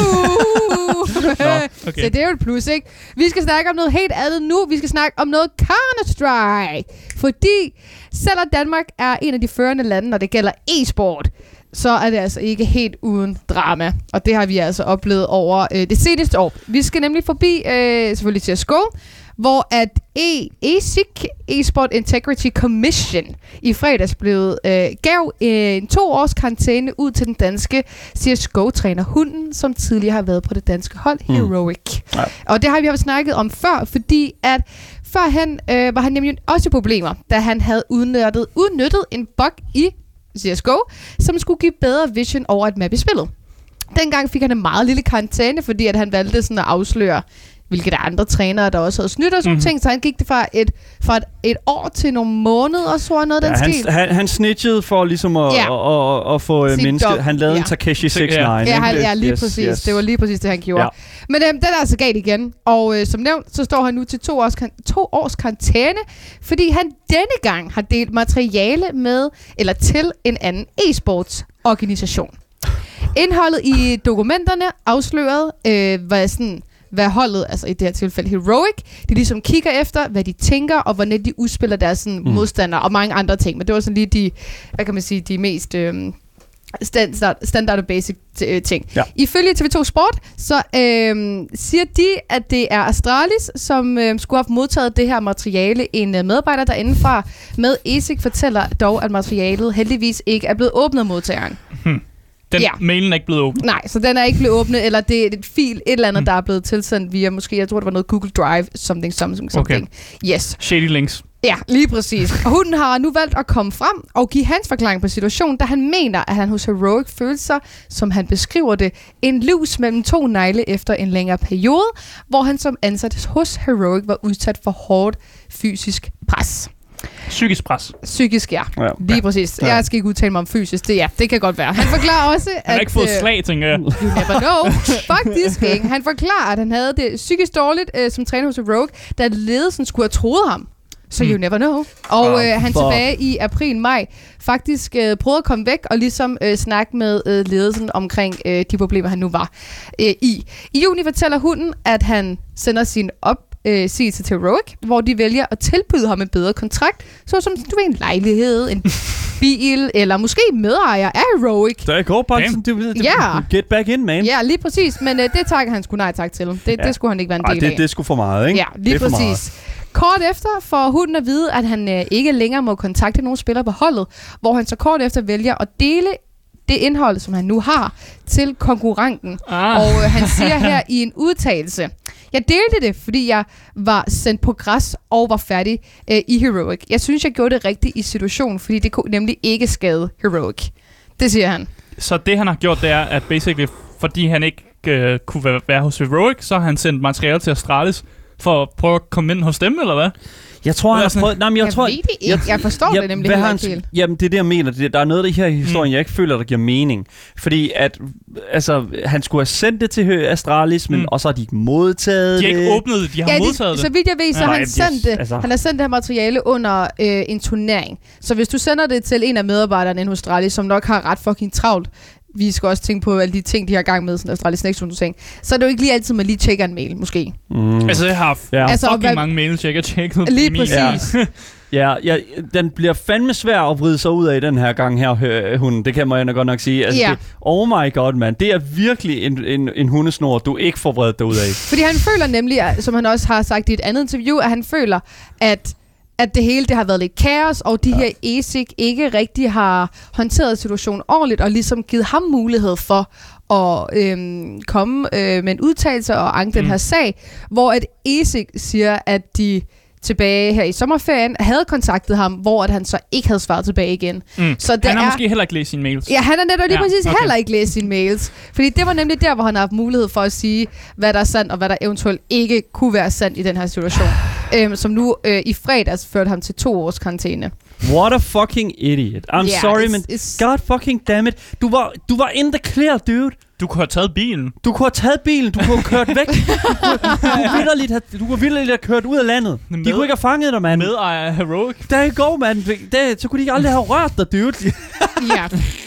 true! okay. Så det er jo et plus, ikke? Vi skal snakke om noget helt andet nu. Vi skal snakke om noget Counter-Strike. Fordi selvom Danmark er en af de førende lande, når det gælder e-sport, så er det altså ikke helt uden drama. Og det har vi altså oplevet over øh, det seneste år. Vi skal nemlig forbi øh, selvfølgelig C S G O, hvor at e A S I C, eSport Integrity Commission, i fredags blev øh, gav en to års karantæne ud til den danske C S G O-træner Hunden, som tidligere har været på det danske hold Heroic. Ja. Og det har vi jo snakket om før, fordi at førhen øh, var han nemlig også i problemer, da han havde udnyttet, udnyttet en bug i C S G O, som skulle give bedre vision over et map i spillet. Dengang fik han en meget lille karantæne, fordi at han valgte sådan at afsløre, hvilke der andre trænere, der også havde snydt og sådan Mhm. ting. Så han gik det fra et, fra et, et år til nogle måneder, og så noget af Ja, den han, stil. han, han snitchede for ligesom at, Ja. at, at, at få uh, Sin menneske. dom. Han lavede Ja. en Takeshi seks Ja. nine. Ja, han, ikke? ja, lige Yes, præcis. yes. Det var lige præcis det, han gjorde. Ja. Men øhm, den er altså galt igen. Og øh, som nævnt, så står han nu til to års, kan- to års karantæne, fordi han denne gang har delt materiale med, eller til en anden e-sportsorganisation. Indholdet i dokumenterne afslørede, øh, hvad sådan... hvad holdet, altså i det her tilfælde Heroic, de ligesom kigger efter, hvad de tænker, og hvordan de udspiller deres sådan, mm. modstandere, og mange andre ting. Men det var sådan lige de, hvad kan man sige, de mest øhm, standard, standard og basic øh, ting. Ja. Ifølge T V to Sport, så øhm, siger de, at det er Astralis, som øhm, skulle have modtaget det her materiale. En øh, medarbejder derindefra med E S I C fortæller dog, at materialet heldigvis ikke er blevet åbnet af modtageren. Den Ja. mailen er ikke blevet åbnet. Nej, så den er ikke blevet åbnet, eller det er et fil, et eller andet, mm. der er blevet tilsendt via, måske, jeg tror, det var noget Google Drive, something, something, something. Okay. Yes. Shady links. Ja, lige præcis. Og hunden har nu valgt at komme frem og give hans forklaring på situationen, da han mener, at han hos Heroic følte sig, som han beskriver det, en lus mellem to negle efter en længere periode, hvor han som ansat hos Heroic var udsat for hårdt fysisk pres. Psykisk pres. Psykisk, ja. Ja. Lige præcis. Ja. Jeg skal ikke udtale mig om fysisk. Det, ja, det kan godt være. Han forklarer også, at... Han har ikke fået øh, slag, tænker jeg. You never know. Faktisk ikke. Han forklarer, at han havde det psykisk dårligt øh, som træner hos Rogue, da ledelsen skulle have troet ham. Så you never know. Og Oh, øh, han fuck. tilbage i april-maj faktisk øh, prøvede at komme væk og ligesom øh, snakke med øh, ledelsen omkring øh, de problemer, han nu var øh, i. I juni fortæller hunden, at han sender sin op øh, sigelse til Heroic, hvor de vælger at tilbyde ham en bedre kontrakt, såsom du ved, en lejlighed, en bil, eller måske medejer af Heroic. Der går bare Damn. sådan, du ved, Ja. get back in, man. Ja, lige præcis. Men øh, det takker han sgu nej tak til. Det, Ja. det skulle han ikke være en Ej, del det, af. det er sgu for meget, ikke? Ja, lige det er for præcis. Kort efter får hunden at vide, at han øh, ikke længere må kontakte nogen spillere på holdet, hvor han så kort efter vælger at dele det indhold, som han nu har, til konkurrenten. Ah. Og øh, han siger her i en udtalelse, jeg delte det, fordi jeg var sendt på græs og var færdig øh, i Heroic. Jeg synes, jeg gjorde det rigtigt i situationen, fordi det kunne nemlig ikke skade Heroic. Det siger han. Så det, han har gjort, det er, at basically, fordi han ikke øh, kunne være, være hos Heroic, så har han sendt materiale til Astralis for at prøve at komme ind hos dem, eller hvad? Jeg tror, han har prøvet... Nej, men jeg, Jeg tror, ved det ikke. Jeg forstår det nemlig hvad heller har ikke han- helt. Jamen, det er det, jeg mener. Det, der er noget af det her i historien, mm. jeg ikke føler, der giver mening. Fordi at, altså, han skulle have sendt det til Astralis, men Mm. og så har de ikke modtaget De har det. ikke åbnet det, de har Ja, modtaget det, det. så vidt jeg ved, så Ja, har nej, han yes, sendt det. altså. Han har sendt det her materiale under øh, en turnering. Så hvis du sender det til en af medarbejderne inde hos Astralis, som nok har ret fucking travlt vi skal også tænke på alle de ting, de har gang med, sådan Astralis Next, som du sagde. Så er det jo ikke lige altid, man lige tjekker en mail, måske. Mm. Altså, jeg har ja. altså, fucking hvad, mange mails, jeg har tjekket. Lige præcis. Ja. Ja, ja, den bliver fandme svær at vride sig ud af den her gang her, hunden. Det kan man godt nok sige. Altså, ja. det, oh my god, man. Det er virkelig en, en, en hundesnor, du ikke får vredet dig ud af. Fordi han føler nemlig, som han også har sagt i et andet interview, at han føler, at at det hele det har været lidt kaos, og de ja. her E S I C ikke rigtig har håndteret situationen ordentligt, og ligesom givet ham mulighed for at øhm, komme øh, med en udtalelse og anke mm. den her sag, hvor at E S I C siger, at de tilbage her i sommerferien havde kontaktet ham, hvor at han så ikke havde svaret tilbage igen. Mm. Så det han har er, måske heller ikke læst sine mails. Ja, han har netop lige ja, præcis okay. heller ikke læst sine mails. Fordi det var nemlig der, hvor han har haft mulighed for at sige, hvad der er sandt, og hvad der eventuelt ikke kunne være sandt i den her situation. øhm, som nu øh, i fredags førte ham til to års karantæne. What a fucking idiot. I'm yeah, sorry, men god fucking damn it. Du var, du var in the clear, dude. Du kunne have taget bilen. Du kunne have taget bilen. Du kunne have kørt væk. Du kunne vitterligt have, du kunne vitterligt have kørt ud af landet. Med, de kunne ikke have fanget dig, mand. Med uh, Heroic. Der you go, mand. Så kunne de ikke aldrig have rørt dig, dude. Ja.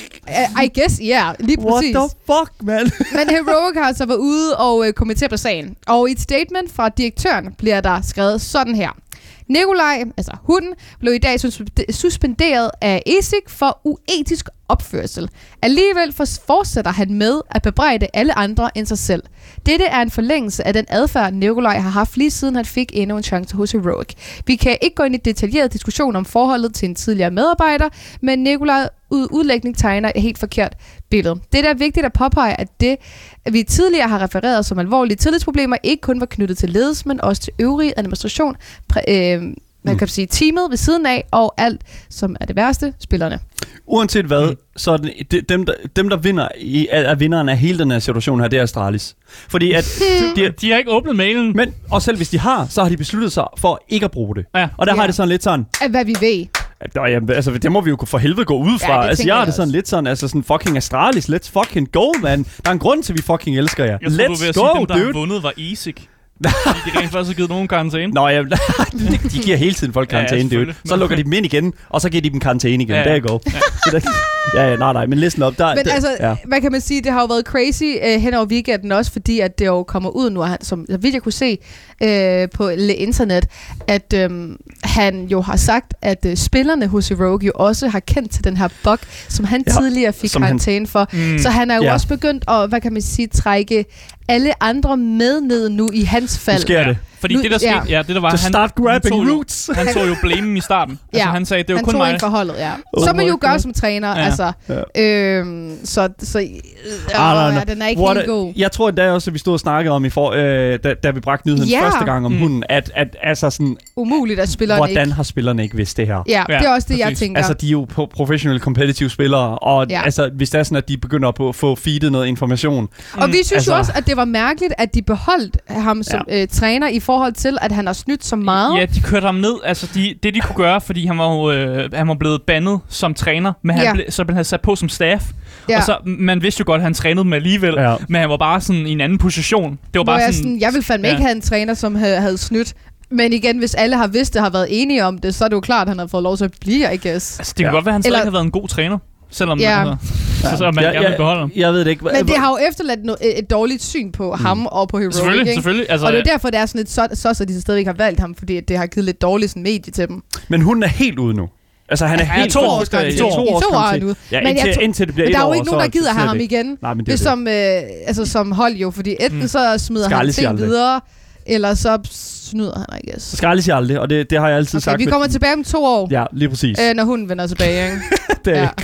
I guess, ja, yeah, lige præcis. What the fuck, man? Men Heroic har så været ude og øh, kommentere på sagen. Og i et statement fra direktøren bliver der skrevet sådan her. Nikolaj, altså hunden, blev i dag suspenderet af E S I C for uetisk opførsel. Alligevel fortsætter han med at bebrejde alle andre end sig selv. Dette er en forlængelse af den adfærd, Nikolaj har haft lige siden han fik endnu en chance hos Heroic. Vi kan ikke gå ind i detaljeret diskussion om forholdet til en tidligere medarbejder, men Nikolaj udlægning tegner et helt forkert billede. Det er vigtigt at påpege, at det, vi tidligere har refereret som alvorlige tillidsproblemer, ikke kun var knyttet til ledelse, men også til øvrige administration, præ- øh, man kan sige teamet ved siden af, og alt, som er det værste, spillerne. Uanset hvad, mm. så er det, dem, der, dem, der vinder i, er vinderen af hele den her situation her, det er Astralis. Fordi at... de, de har ikke åbnet mailen. Men, og selv hvis de har, så har de besluttet sig for ikke at bruge det. Ja. Og der ja. har det sådan lidt sådan... At hvad vi ved. Ja, jamen, altså, det må vi jo for helvede gå ud fra. Ja, altså, jeg har det sådan lidt sådan, altså sådan fucking Astralis, let's fucking go, man. Der er en grund til, at vi fucking elsker jer. Jeg let's tror, du vil go, sige, dem, der dude. har vundet, var E S I C. Fordi de rent faktisk har givet nogen karantæne. Nå, ja, de, de giver hele tiden folk karantæne, ja, ja, dude. Så lukker de dem ind igen, og så giver de dem karantæne igen. Ja, ja. Der go. Ja. ja, ja, nej, nej, men listen op. Der, men der, altså, ja. hvad kan man sige? Det har jo været crazy uh, hen over weekenden også, fordi at det jo kommer ud nu, som jeg vidt jeg kunne se uh, på internet, at um, han jo har sagt, at uh, spillerne hos Heroic jo også har kendt til den her bug, som han ja, tidligere fik karantæne for. Mm, så han er jo ja. også begyndt at, hvad kan man sige, trække alle andre med ned nu i hans fald. Nu sker det. Fordi nu, det der skete, ja. ja, det der var, han, start grabbing han, tog roots. Jo, han tog jo blamen i starten. Ja. Altså, han sagde, det var han kun mig. Han tog forholdet, ja. Oh så man jo gøre som træner, ja. altså. Ja. Øhm, så, så øh, ah, ja, den er ikke What helt a, god. Jeg tror, at der også, vi stod og snakkede om, i for, øh, da, da vi bragte nyheden yeah. første gang om mm. hunden, at, at altså sådan... Umuligt, at spillerne hvordan ikke... har spillerne ikke vidst det her? Ja, ja det er også det, præcis. Jeg tænker. Altså, de er jo professionelle, competitive spillere, og ja. altså, hvis det er sådan, at de begynder på at få feedet noget information... Mm. Og vi synes altså, jo også, at det var mærkeligt, at de beholdt ham som ja. øh, træner i forhold til, at han har snydt så meget. Ja, de kørte ham ned. Altså, de, det de kunne gøre, fordi han var jo øh, han var blevet bandet som træner, men han ja. ble, så blev han sat på som staff. Ja. Og så, man vidste jo godt, at han trænede med alligevel, ja. men han var bare sådan i en anden position. Det var Hvor bare jeg, sådan, sådan, jeg vil fandme ja. ikke have en træner, som havde, havde snydt. Men igen, hvis alle har vidst det, har været enige om det, så er det jo klart, at han har fået lov til at blive, I guess. Altså, det kan ja. godt være, at han stadig Eller... har været en god træner. Selvom ja. man, så, så man ja, gerne vil beholde ham. Jeg ved det ikke. Men det har jo efterladt no- et dårligt syn på mm. ham og på Heroic. Selvfølgelig, ikke? selvfølgelig. Altså, og det er derfor, det er sådan lidt så, så, så de stadigvæk har valgt ham, fordi det har givet lidt dårligt sådan medie til dem. Men hun er helt ude nu. Altså, han er ja, helt to år I to år nu. Ja, indtil, men, indtil det bliver men der er jo år, ikke nogen, der gider have ham igen. Nej, men det, det er som, øh, altså, som hold jo, fordi enten mm. så smider Skal han ting aldrig. videre, eller så snyder han, I guess. Så skal aldrig sige aldrig, og det, det har jeg altid okay, sagt. vi kommer tilbage om to år. Ja, lige præcis. Øh, når hun vender tilbage, ikke? det er ja.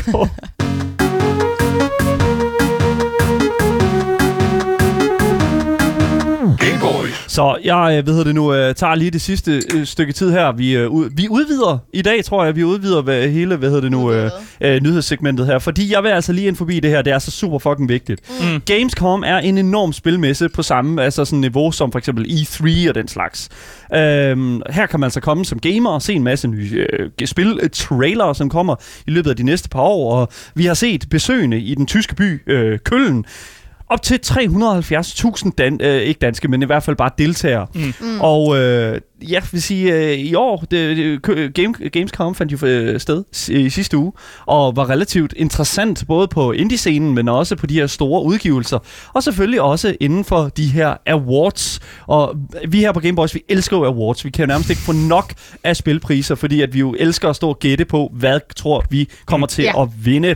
Så jeg ved det nu, uh, tager lige det sidste uh, stykke tid her. Vi, uh, ud, vi udvider i dag, tror jeg, vi udvider hvad, hele hvad hedder det nu, uh, uh, nyhedssegmentet her. Fordi jeg vil altså lige ind forbi det her, det er så super fucking vigtigt. Mm. Gamescom er en enorm spilmesse på samme altså sådan niveau som for eksempel E tre og den slags. Uh, her kan man altså komme som gamer og se en masse nye uh, spil-trailere, som kommer i løbet af de næste par år. Og vi har set besøgende i den tyske by uh, Køln. op til tre hundrede og halvfjerds tusind, dan- øh, ikke danske, men i hvert fald bare deltagere. Mm. Mm. Og øh, jeg vil sige, øh, i år, det, det, Game, Gamescom fandt jo øh, sted i sidste uge, og var relativt interessant, både på indie-scenen, men også på de her store udgivelser, og selvfølgelig også inden for de her awards. Og vi her på Gameboys, vi elsker jo awards. Vi kan jo nærmest ikke få nok af spilpriser, fordi at vi jo elsker at stå og gætte på, hvad tror vi kommer til yeah. at vinde.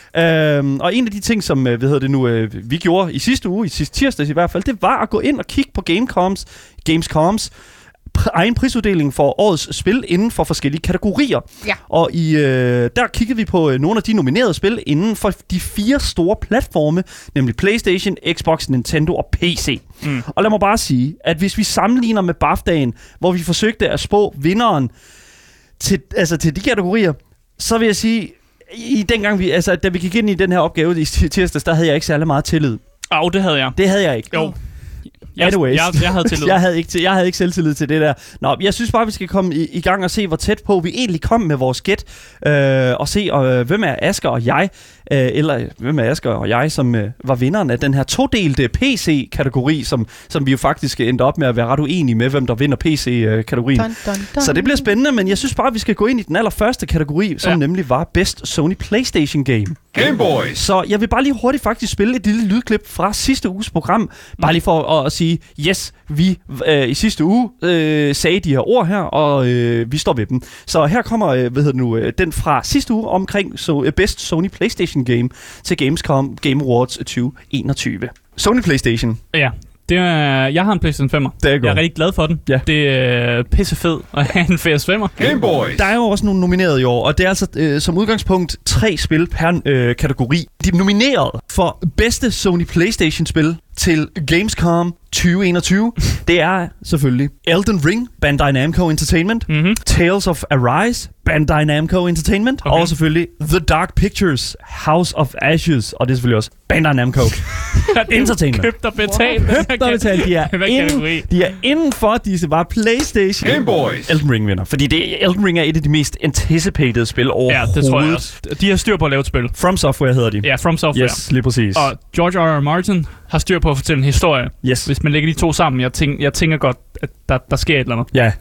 Øhm, og en af de ting, som hvad hedder det nu, øh, vi gjorde i sidste uge, i sidste tirsdag i hvert fald, det var at gå ind og kigge på Gamecoms, Gamescoms pr- egen prisuddeling for årets spil inden for forskellige kategorier. Ja. Og i, øh, der kiggede vi på øh, nogle af de nominerede spil inden for de fire store platforme, nemlig PlayStation, Xbox, Nintendo og P C. Mm. Og lad mig bare sige, at hvis vi sammenligner med B A F D'en, hvor vi forsøgte at spå vinderen til, altså til de kategorier, så vil jeg sige, i dengang vi, altså, da vi gik ind i den her opgave i tirsdags, der havde jeg ikke særlig meget tillid. Au, det havde jeg. Det havde jeg ikke. Jo. Jeg, Anyways. Jeg, jeg havde tillid. jeg, havde ikke, jeg havde ikke selvtillid til det der. Nå, jeg synes bare, vi skal komme i, i gang og se, hvor tæt på vi egentlig kom med vores gæt. Øh, og se, øh, hvem er Asger og jeg, øh, eller hvem er Asger og jeg, som øh, var vinderen af den her todelte P C-kategori, som, som vi jo faktisk endte op med at være ret uenige med, hvem der vinder P C-kategorien. Dun, dun, dun. Så det bliver spændende, men jeg synes bare, vi skal gå ind i den allerførste kategori, som ja. nemlig var Best Sony PlayStation Game. Gameboys. Så jeg vil bare lige hurtigt faktisk spille et lille lydklip fra sidste uges program, bare lige for at, at sige, yes, vi øh, i sidste uge øh, sagde de her ord her, og øh, vi står ved dem. Så her kommer øh, hvad hedder det nu, øh, den fra sidste uge omkring så, øh, Best Sony PlayStation Game til Gamescom Game Awards tyve enogtyve. Sony PlayStation. Ja. Det er, jeg har en PlayStation femmer. Jeg er rigtig glad for den. Ja. Det er pissefed at have en P S femmer. Gameboys. Der er jo også nogle nomineret i år, og det er altså øh, som udgangspunkt tre spil per øh, kategori. De er nomineret for bedste Sony PlayStation-spil til Gamescom tyve enogtyve. Det er selvfølgelig Elden Ring, Bandai Namco Entertainment, mm-hmm. Tales of Arise, Bandai Namco Entertainment, okay. og selvfølgelig The Dark Pictures, House of Ashes, og det er selvfølgelig også Bandai Namco Entertainment. Købt og betalt. Købt og betalt. De er, inden, de er inden for disse bare PlayStation. Gameboys. Elden Ring vinder, fordi det, Elden Ring er et af de mest anticipated spil overhovedet. Ja, det tror jeg også. De har styr på at lave et spil. From Software hedder de. Ja, From Software. Yes, lige præcis. Og George R. R. Martin har styr på at fortælle en historie. Yes. Hvis man lægger de to sammen, jeg, tænk, jeg tænker godt, at der, der sker et eller andet. Ja.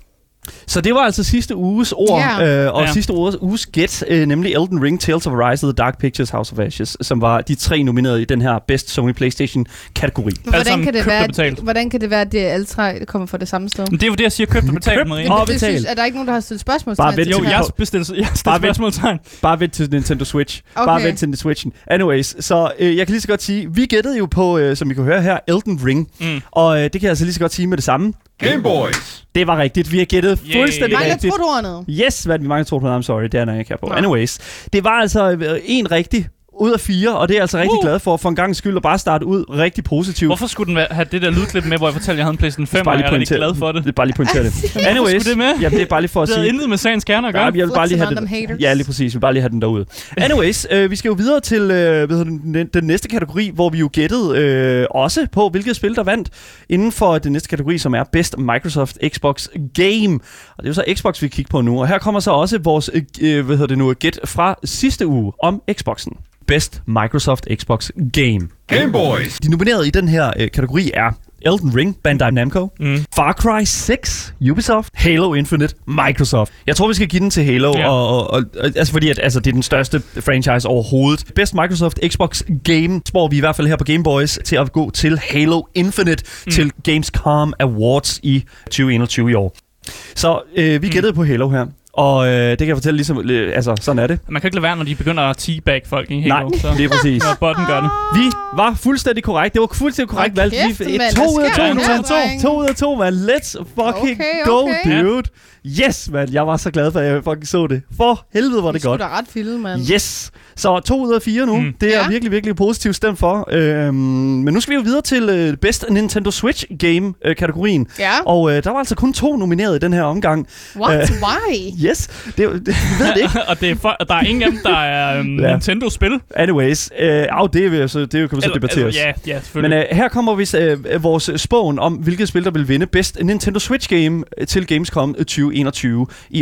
Så det var altså sidste uges ord, yeah. øh, og yeah. sidste uges, uges gæt, øh, nemlig Elden Ring, Tales of Arise, The Dark Pictures, House of Ashes, som var de tre nominerede i den her Best Sony PlayStation-kategori. Hvordan kan, det være, hvordan kan det være, at det alle tre kommer fra det samme sted? Men det er jo det, jeg siger, købt og betalt. Købt og betalt. Er der ikke nogen, der har stillet spørgsmålstegn? Jo, jeg har stillet spørgsmålstegn. Bare vent til Nintendo Switch. Okay. Bare vent til Nintendo Switchen. Anyways, så øh, jeg kan lige så godt sige, vi gættede jo på, øh, som I kan høre her, Elden Ring. Mm. Og øh, det kan jeg altså lige så godt sige med det samme. Gameboys. Det var rigtigt. Vi har gættet yeah. fuldstændig mange rigtigt. Mange troede Yes, hvad er det, vi mange troede I'm sorry. Det er jeg ikke her på. No. Anyways, det var altså øh, en rigtig ud af fire, og det er jeg altså rigtig uh. glad for, for en gang skyld at bare starte ud rigtig positivt. Hvorfor skulle den have det der lydklip med, hvor jeg fortalte, at jeg havde en PlayStation fem, og jeg er rigtig glad for det? Det er bare lige pointere det. Anyways, det med? Jamen, det er bare lige for at sige... Det er intet med sagens kerne at gøre. Ja, jeg vil bare lige have den. Ja, lige præcis. Vi vil bare lige have den derude. Anyways, øh, vi skal jo videre til øh, hvad den, den næste kategori, hvor vi jo gættede øh, også på, hvilket spil, der vandt inden for den næste kategori, som er Best Microsoft Xbox Game. Og det er jo så Xbox, vi kigger på nu. Og her kommer så også vores øh, hvad hedder det nu, gæt fra sidste uge om Xboxen. Best Microsoft Xbox Game. Gameboys. De nominerede i den her øh, kategori er Elden Ring, Bandai Namco, mm. Far Cry seks, Ubisoft, Halo Infinite, Microsoft. Jeg tror, vi skal give den til Halo, yeah. og, og, og, altså fordi at, altså, det er den største franchise overhovedet. Best Microsoft Xbox Game spår vi i hvert fald her på Gameboys til at gå til Halo Infinite mm. til Gamescom Awards i tyve enogtyve i år. Så øh, vi gættede mm. på Halo her. Og øh, det kan jeg fortælle ligesom, øh, altså sådan er det. Man kan ikke lade være, når de begynder at teabag folk i Halo. Nej, så. Det er præcis. Når botten gør det. Vi var fuldstændig korrekt. Det var fuldstændig korrekt valgt. Okay, to ud af to, to, to, to ud af to, man. Let's fucking okay, go, okay. dude. Yes, man. Jeg var så glad for, at jeg fucking så det. For helvede var det godt. Det er ret filmet, mand. Yes. Så to ud af fire nu. Mm. Det er ja. virkelig, virkelig positivt stemt for. Øhm, men nu skal vi jo videre til øh, Best Nintendo Switch Game-kategorien. Øh, ja. Og øh, der var altså kun to nomineret i den her omgang. What? Uh, Why? Yes. Det, det, det ved det ikke. Og det er for, der er ingen af dem, der er um, ja. Nintendo-spil. Anyways. Øh, af det, vil, så, det kan vi så debattere. Ja, ja, selvfølgelig. Men øh, her kommer vi øh, vores spåen om, hvilket spil, der vil vinde Best Nintendo Switch Game til Gamescom tyve enogtyve i år.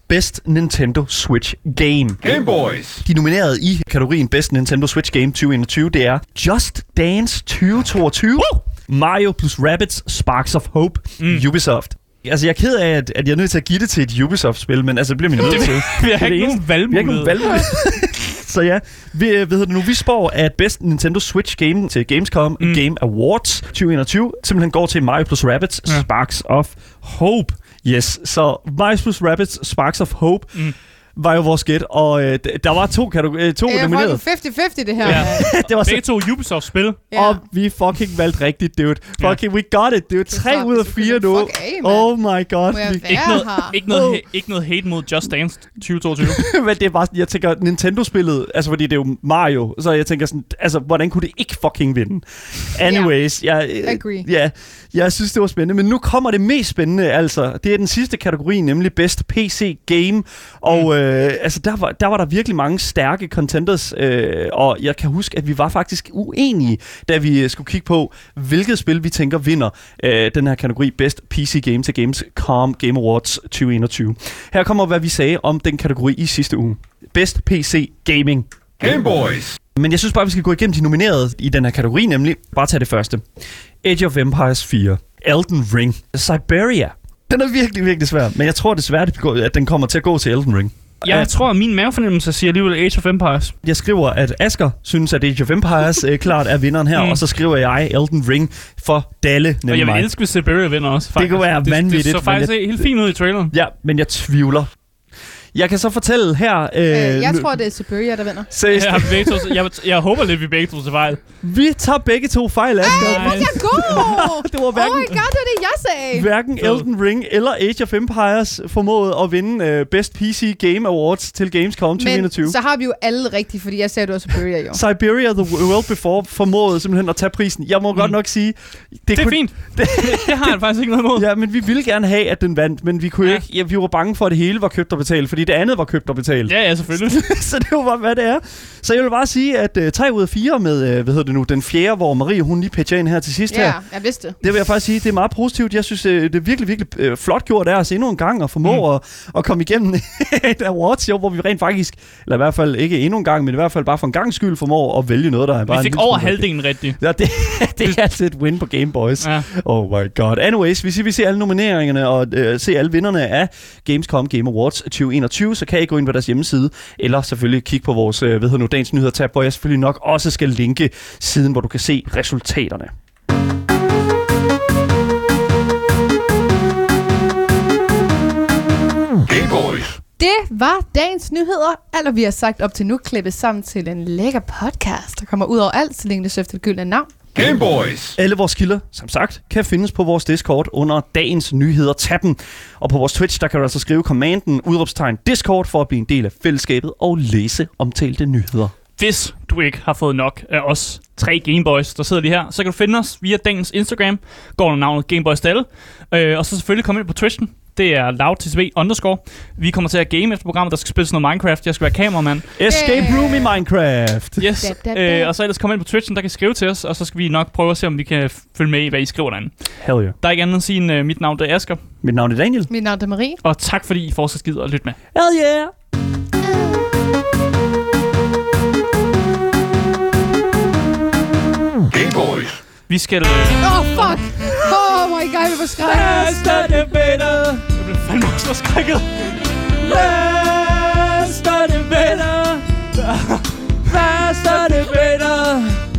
Best Nintendo Switch Game. Game Boys. De nominerede i kategorien Best Nintendo Switch Game tyve enogtyve, det er Just Dance tyve toogtyve, Woo! Mario plus Rabbids Sparks of Hope, mm. Ubisoft. Altså, jeg er ked af, at, at jeg er nødt til at give det til et Ubisoft-spil, men altså, det bliver min nødt til. Vi har ikke nogen valgmulighed. Så ja, vi, hvad hedder det nu, vi spår, at Best Nintendo Switch Game til Gamescom mm. Game Awards tyve enogtyve simpelthen går til Mario plus Rabbids ja. Sparks of Hope. Yes, så Mario plus Rabbids Sparks of Hope mm. var jo vores gæt, og øh, der var to kategorier, to det er nominerede. halvtreds halvtreds det her. Ja. Det var begge to Ubisoft-spil. Ja. Og vi fucking valgte rigtigt, dude. Fucking, we got it, dude. Tre så, ud af fire nu. Fuck af, man. Oh my god. Må jeg Vi, være Ikke noget, her? ikke, noget, oh. ikke noget hate mod Just Dance tyve toogtyve. men det er bare sådan, jeg tænker, Nintendo-spillet, altså fordi det er jo Mario, så jeg tænker sådan, altså hvordan kunne det ikke fucking vinde? Anyways, yeah. jeg, Agree. ja, jeg synes, det var spændende, men nu kommer det mest spændende, altså. Det er den sidste kategori, nemlig Best P C Game, og mm. øh, altså der var, der var der virkelig mange stærke contenders, øh, og jeg kan huske, at vi var faktisk uenige, da vi skulle kigge på, hvilket spil vi tænker vinder øh, den her kategori Best P C Game til Gamescom Game Awards tyve enogtyve. Her kommer, hvad vi sagde om den kategori i sidste uge. Best P C Gaming. Game Boys. Men jeg synes bare, vi skal gå igennem de nominerede i den her kategori, nemlig bare tage det første. Age of Empires fire, Elden Ring, Siberia. Den er virkelig, virkelig svær, men jeg tror desværre, at den kommer til at gå til Elden Ring. Ja, jeg tror, at min mavefornemmelse siger alligevel Age of Empires. Jeg skriver, at Asger synes, at Age of Empires øh, klart er vinderen her, mm. og så skriver jeg Elden Ring for Dalle, nemlig Og jeg vil mig. elske, hvis Siberia vinder også, faktisk. Det kunne være vanvittigt. Det, det så faktisk jeg... helt fint ud i traileren. Ja, men jeg tvivler. Jeg kan så fortælle her... Øh, øh, jeg nu... tror, det er Siberia, der vinder. Seriøst. Jeg, begge to, jeg, jeg håber lidt, vi begge to til fejl. Vi tager begge to fejl, Asger. Ej, hvor er jeg god! Det var hverken, oh my god, det var det, jeg sagde! Hverken Elden Ring eller Age of Empires formåede at vinde uh, Best P C Game Awards til Gamescom tyve enogtyve. Men så har vi jo alle rigtigt, fordi jeg sagde, det var Siberia, jo. Siberia The World Before formåede simpelthen at tage prisen. Jeg må mm. godt nok sige... Det, det er kunne, fint. Det, det har jeg faktisk ikke noget imod. Ja, men vi ville gerne have, at den vandt, men vi kunne ja. ikke... Ja, vi var bange for, at det hele var købt og betalt, fordi det andet var købt og betalt. Ja, ja, selvfølgelig. Så det var bare, hvad det er. Så jeg vil bare sige, at uh, tre ud af fire med, uh, hvad hedder det nu, den fjerde, hvor Marie, hun lige pitcher ind her til sidst ja, her. Ja, jeg vidste. Det vil jeg faktisk sige, det er meget positivt. Jeg synes, uh, det er virkelig, virkelig uh, flot gjort af os endnu en gang at formå mm. at, at komme igennem et awards-show, hvor vi rent faktisk, eller i hvert fald ikke endnu en gang, men i hvert fald bare for en gang skyld formår at vælge noget, der er bare... Vi fik over halvdelen rigtigt. Ja, det, det er altid et win på Game Boys. Ja. Oh my god. Anyways, hvis I vil se alle nomineringerne og uh, se alle vinderne af Gamescom Game Awards tyve enogtyve, så kan I gå ind på deres hjemmeside, eller selvfølgelig kigge på vores øh, ved nu, dagens nyheder-tab, hvor jeg selvfølgelig nok også skal linke siden, hvor du kan se resultaterne. Game Boys. Det var dagens nyheder. Alt, hvad vi har sagt op til nu, klippet sammen til en lækker podcast, der kommer ud over alt, så længe det søfter et gyldent navn. Game Boys. Alle vores kilder, som sagt, kan findes på vores Discord under dagens nyheder-tabben. Og på vores Twitch, der kan du altså skrive kommanden udråbstegn Discord for at blive en del af fællesskabet og læse omtalte nyheder. Hvis du ikke har fået nok af os tre Gameboys, der sidder lige her, så kan du finde os via dagens Instagram, går under navnet Gameboys Dalle, øh, og så selvfølgelig komme ind på Twitchen. Det er loudtcb underscore. Vi kommer til at game efter programmet, der skal spille sådan noget Minecraft. Jeg skal være kameramand. Escape Room i Minecraft. Yes. Øh, og så ellers komme ind på Twitchen, der kan skrive til os, og så skal vi nok prøve at se, om vi kan følge med i, hvad I skriver derinde. Hell yeah. Der er ikke andet end at sige, uh, mit navn er Asger. Mit navn er Daniel. Mit navn er Marie. Og tak fordi I fortsat gider at lytte med. Hell yeah. Game Boys. Vi skal... Åh, uh... oh, fuck! Oh my god, vi var skrækket. Master Debater. Jeg blev fandme også skrækket. Master Debater. Master Debater.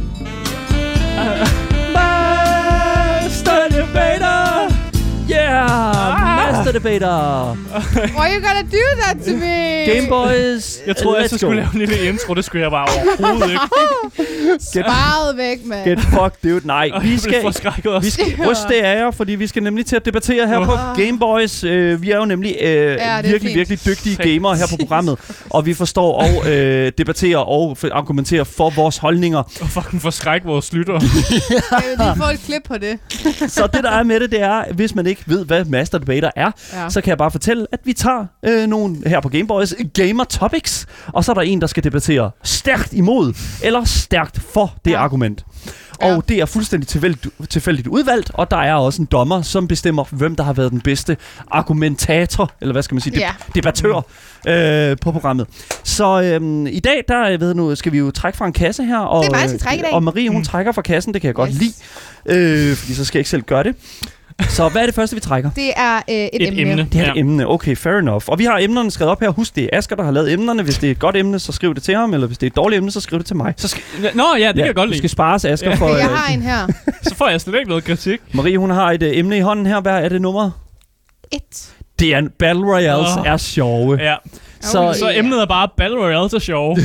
Master Debater. Yeah, Master Debater. Why you gotta do that to me? Game Boys. Jeg troede, jeg skulle lave en lille intro. Det skulle jeg bare overhovedet ikke. Sparet væk, mand. Get fucked, dude. Nej, vi skal, vi skal ryste det af jer, fordi vi skal nemlig til at debattere her på Game Boys. Uh, vi er jo nemlig uh, ja, virkelig, fint. virkelig dygtige gamere her på programmet. Og vi forstår og uh, debatterer og argumenterer for vores holdninger. Og fucking forskrække vores lytter. Jeg vil lige få et klip på det. Så det, der er med det, det er, hvis man ikke ved, hvad Master Debater er, ja. så kan jeg bare fortælle, at vi tager øh, nogle her på Game Boys Gamer Topics, og så er der en, der skal debattere stærkt imod, eller stærkt for det ja. argument. Og Ja. det er fuldstændig tilfældigt, tilfældigt udvalgt, og der er også en dommer, som bestemmer, hvem der har været den bedste argumentator, eller hvad skal man sige, Ja. deb- debattør øh, på programmet. Så øh, i dag, der jeg ved nu, skal vi jo trække fra en kasse her, og, Det er mig, der skal trække i dag. og Marie, hun Mm. trækker fra kassen, det kan jeg godt Yes. lide, øh, fordi så skal jeg ikke selv gøre det. Så hvad er det første, vi trækker? Det er øh, et, Et emne. emne. Det er Ja. et emne. Okay, fair enough. Og vi har emnerne skrevet op her. Husk, det er Asger, der har lavet emnerne. Hvis det er et godt emne, så skriv det til ham. Eller hvis det er et dårligt emne, så skriv det til mig. Så skal, Nå ja, det kan jeg godt Du lide. skal spares, Asger, Ja. for... Okay, jeg øh, har en her. Så får jeg slet ikke noget kritik. Marie, hun har et øh, emne i hånden her. Hvad er det nummer? Et. Det er en Battle Royales Åh. er sjove. Ja. Så, Okay. Så emnet er bare Battle Royale er sjove.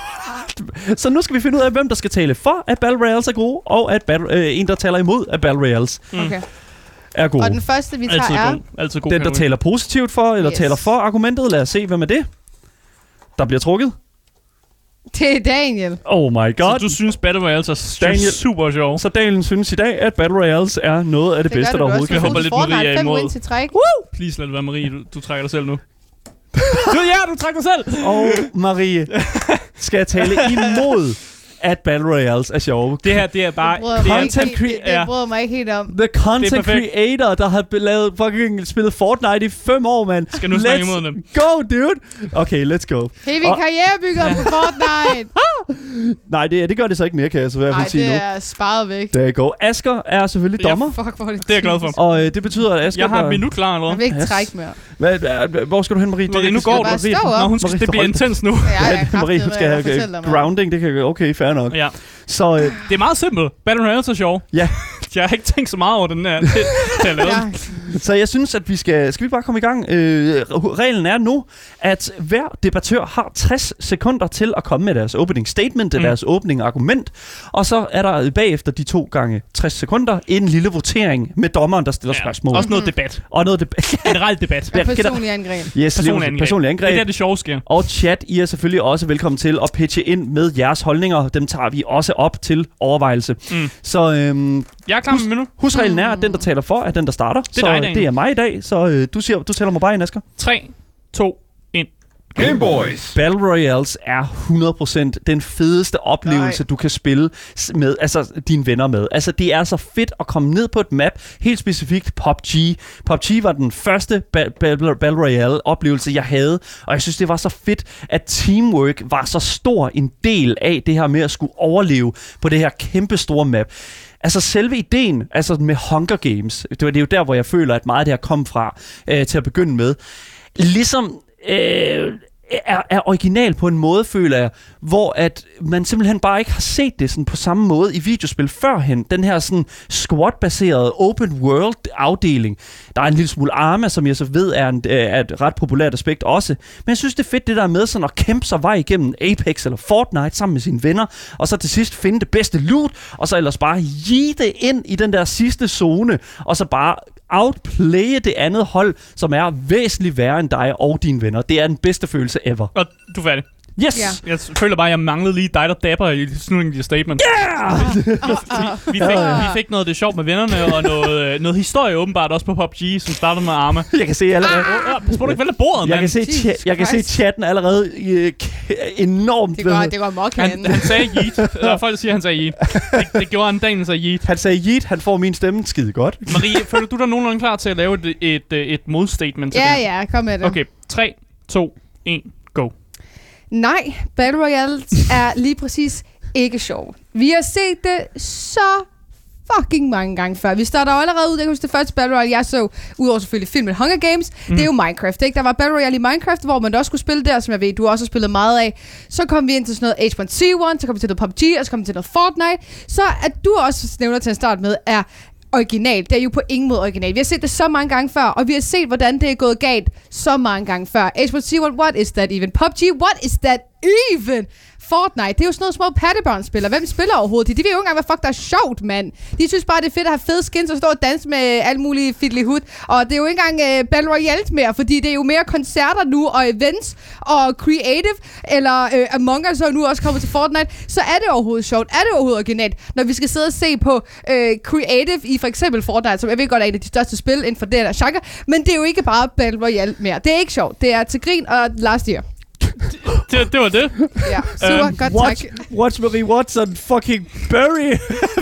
så nu skal vi finde ud af, hvem der skal tale for, at Battle Royales er gode, og at battle, øh, en, der taler imod, at Battle Royales Mm. Okay. er gode. Og den første, vi tager, Altid er... god. Altid god Den, der kategori. taler positivt for, eller Yes. taler for argumentet. Lad os se, hvem er det, der bliver trukket. Det er Daniel. Oh my Så god. du synes Battle Royale er Daniel. super sjov. Så Daniel synes i dag, at Battle Royales er noget af det, Det bedste, gør der du overhovedet også. kan Jeg Du håber får lidt, Fortnite Marie er fem imod. wins i træk. Please lad det være Marie, du, du trækker dig selv nu. du, ja, du trækker dig selv! Og Marie skal jeg tale imod, at Battle Royales er sjove. Det her, det er bare... Det bryder Det mig er, ikke content helt- det, det ja. bryder mig ikke helt om. The content Det er perfekt. creator, der har lavet fucking spillet Fortnite i fem år, mand. Skal nu snakke imod dem. Go, dude. Okay, let's go. Hey, vi Og- er karrierebygger på Fortnite. Nej, det, det gør det så ikke mere, kan jeg så i hvert Nej, fald sige det nu. er sparet væk. Der går. Asger er selvfølgelig Ja, dommer, Fuck, hvor er det Det er jeg glad for. og øh, det betyder, at Asger... Jeg har der- et minut klar Jeg allerede. vil ikke Yes. trække mere. Hvad, hvad, hvor skal du hen, Marie? Marie, nu skal- går bare du. stå op. Nå, hun skal, Marie, det bliver hold- intens nu. Ja, jeg er Marie, hun kraftet skal med at have fortælle dig, mand. grounding, det kan okay, fair nok. Ja. Så øh, Det er meget simpelt. Battle Royale er sjov. ja, Jeg har ikke tænkt så meget over den her til, til at lave. Ja. så jeg synes, at vi skal... Skal vi bare komme i gang? Øh, reglen er nu, at hver debattør har tres sekunder til at komme med deres opening statement, mm. Mm. deres opening argument, og så er der bagefter de to gange tres sekunder en lille votering med dommeren, der stiller Ja, spørgsmål. også noget debat. Og noget debat. Generelt debat. Og personlig angreb. Yes, Personlig personlig angreb. personlig Det er angreb. der, det sjove sker. Og chat, I er selvfølgelig også velkommen til at pitche ind med jeres holdninger. Dem tager vi også op til overvejelse. Mm. Så øhm, Jeg er klar med minut. husreglen er, at den, der taler for, er den, der starter. Det er så dig, Daniel. det er mig i dag. Så øh, du, siger, du tæller mig bare ind, Asger. tre, to, et. Game Boys. Battle Royales er hundrede procent den fedeste oplevelse, Nej. du kan spille s- med altså dine venner med. Altså, det er så fedt at komme ned på et map, helt specifikt P U B G. P U B G var den første ba- Battle, Battle Royale-oplevelse, jeg havde, og jeg synes, det var så fedt, at teamwork var så stor en del af det her med at skulle overleve på det her kæmpe store map. Altså selve ideen, altså med Hunger Games, det var det er jo der, hvor jeg føler, at meget af det her kom fra øh, til at begynde med. Ligesom øh, er, er original på en måde, føler jeg, hvor at man simpelthen bare ikke har set det sådan på samme måde i videospil førhen. Den her sådan squad-baserede open world afdeling. Der er en lille smule Arma, som jeg så ved er, en, er et ret populært aspekt også. Men jeg synes, det er fedt det der med sådan at kæmpe sig vej igennem Apex eller Fortnite sammen med sine venner, og så til sidst finde det bedste loot, og så ellers bare yeete ind i den der sidste zone, og så bare outplaye det andet hold, som er væsentligt værre end dig og dine venner. Det er den bedste følelse ever. Og du er færdig. Yes! Ja. Jeg føler bare, at jeg manglede lige dig, der dapper i slutningen af dit statement. Yeah! Vi, vi, fik, vi fik noget af det sjovt med vennerne, og noget, øh, noget historie åbenbart også på P U B G, som startede med Arma. Jeg kan se allerede... Åh, oh, pas på, du ikke vælter bordet, Jeg mand. kan, se, Jesus cha- jeg kan se Christ. chatten allerede øh, k- enormt... Det går, det går mok Han, herinde. han sagde yeet. Der er folk, der siger, at han sagde yeet. Det, det gjorde han, Daniel sagde yeet. Han sagde yeet, han får min stemme skide godt. Marie, føler du dig nogenlunde klar til at lave et, et, et, et modstatement til Ja, det? ja, kom med det. Okay, tre, to, et, go. Nej, Battle Royale er lige præcis ikke sjov. Vi har set det så fucking mange gange før. Vi starter jo allerede ud, jeg kan huske det første Battle Royale, jeg så, udover selvfølgelig filmen Hunger Games, mm. det er jo Minecraft, ikke? Der var Battle Royale i Minecraft, hvor man også skulle spille der, som jeg ved, du også har spillet meget af. Så kom vi ind til sådan noget H one C one, så kom vi til noget P U B G, og så kom vi til noget Fortnite. Så at du også nævner til at starte med, er original. Det er jo på ingen måde original. Vi har set det så mange gange før, og vi har set, hvordan det er gået galt så mange gange før. H one C one, what is that even? P U B G, what is that even? Fortnite, det er jo sådan noget små pattebørn spiller. Hvem spiller overhovedet? De, de ved jo ikke engang, hvad fuck der er sjovt, mand. De synes bare, det er fedt at have fede skins og stå og danse med alle mulige fiddly hood. Og det er jo ikke engang uh, Battle Royale mere, fordi det er jo mere koncerter nu, og events, og creative, eller uh, Among Us er nu også kommet til Fortnite. Så er det overhovedet sjovt? Er det overhovedet originalt, når vi skal sidde og se på uh, creative i for eksempel Fortnite, som jeg ved godt er et af de største spil inden for det der genre, men det er jo ikke bare Battle Royale mere. Det er ikke sjovt. Det er til grin og last year. det, det var det. Ja, super. Øhm, Godt, Watch, tak. watch Marie Watson fucking bury.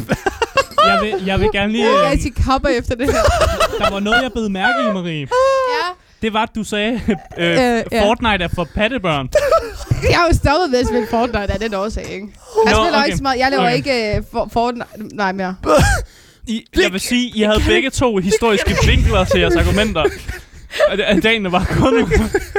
Jeg vil, jeg vil gerne lige... Jeg Øh, er til kopper efter det her. der var noget, jeg bed mærke i, Marie. Ja. Det var, at du sagde, øh, Øh, ja. Fortnite er for pattebørn. Jeg har jo stoppet ved at spille Fortnite af den årsag, ikke? Jeg Nå, spiller okay. ikke så meget. Jeg laver Okay. ikke uh, for, Fortnite... Nej, mere. I, jeg vil sige, I havde begge to historiske vinkler til jeres argumenter. Og det- at dagen var kun...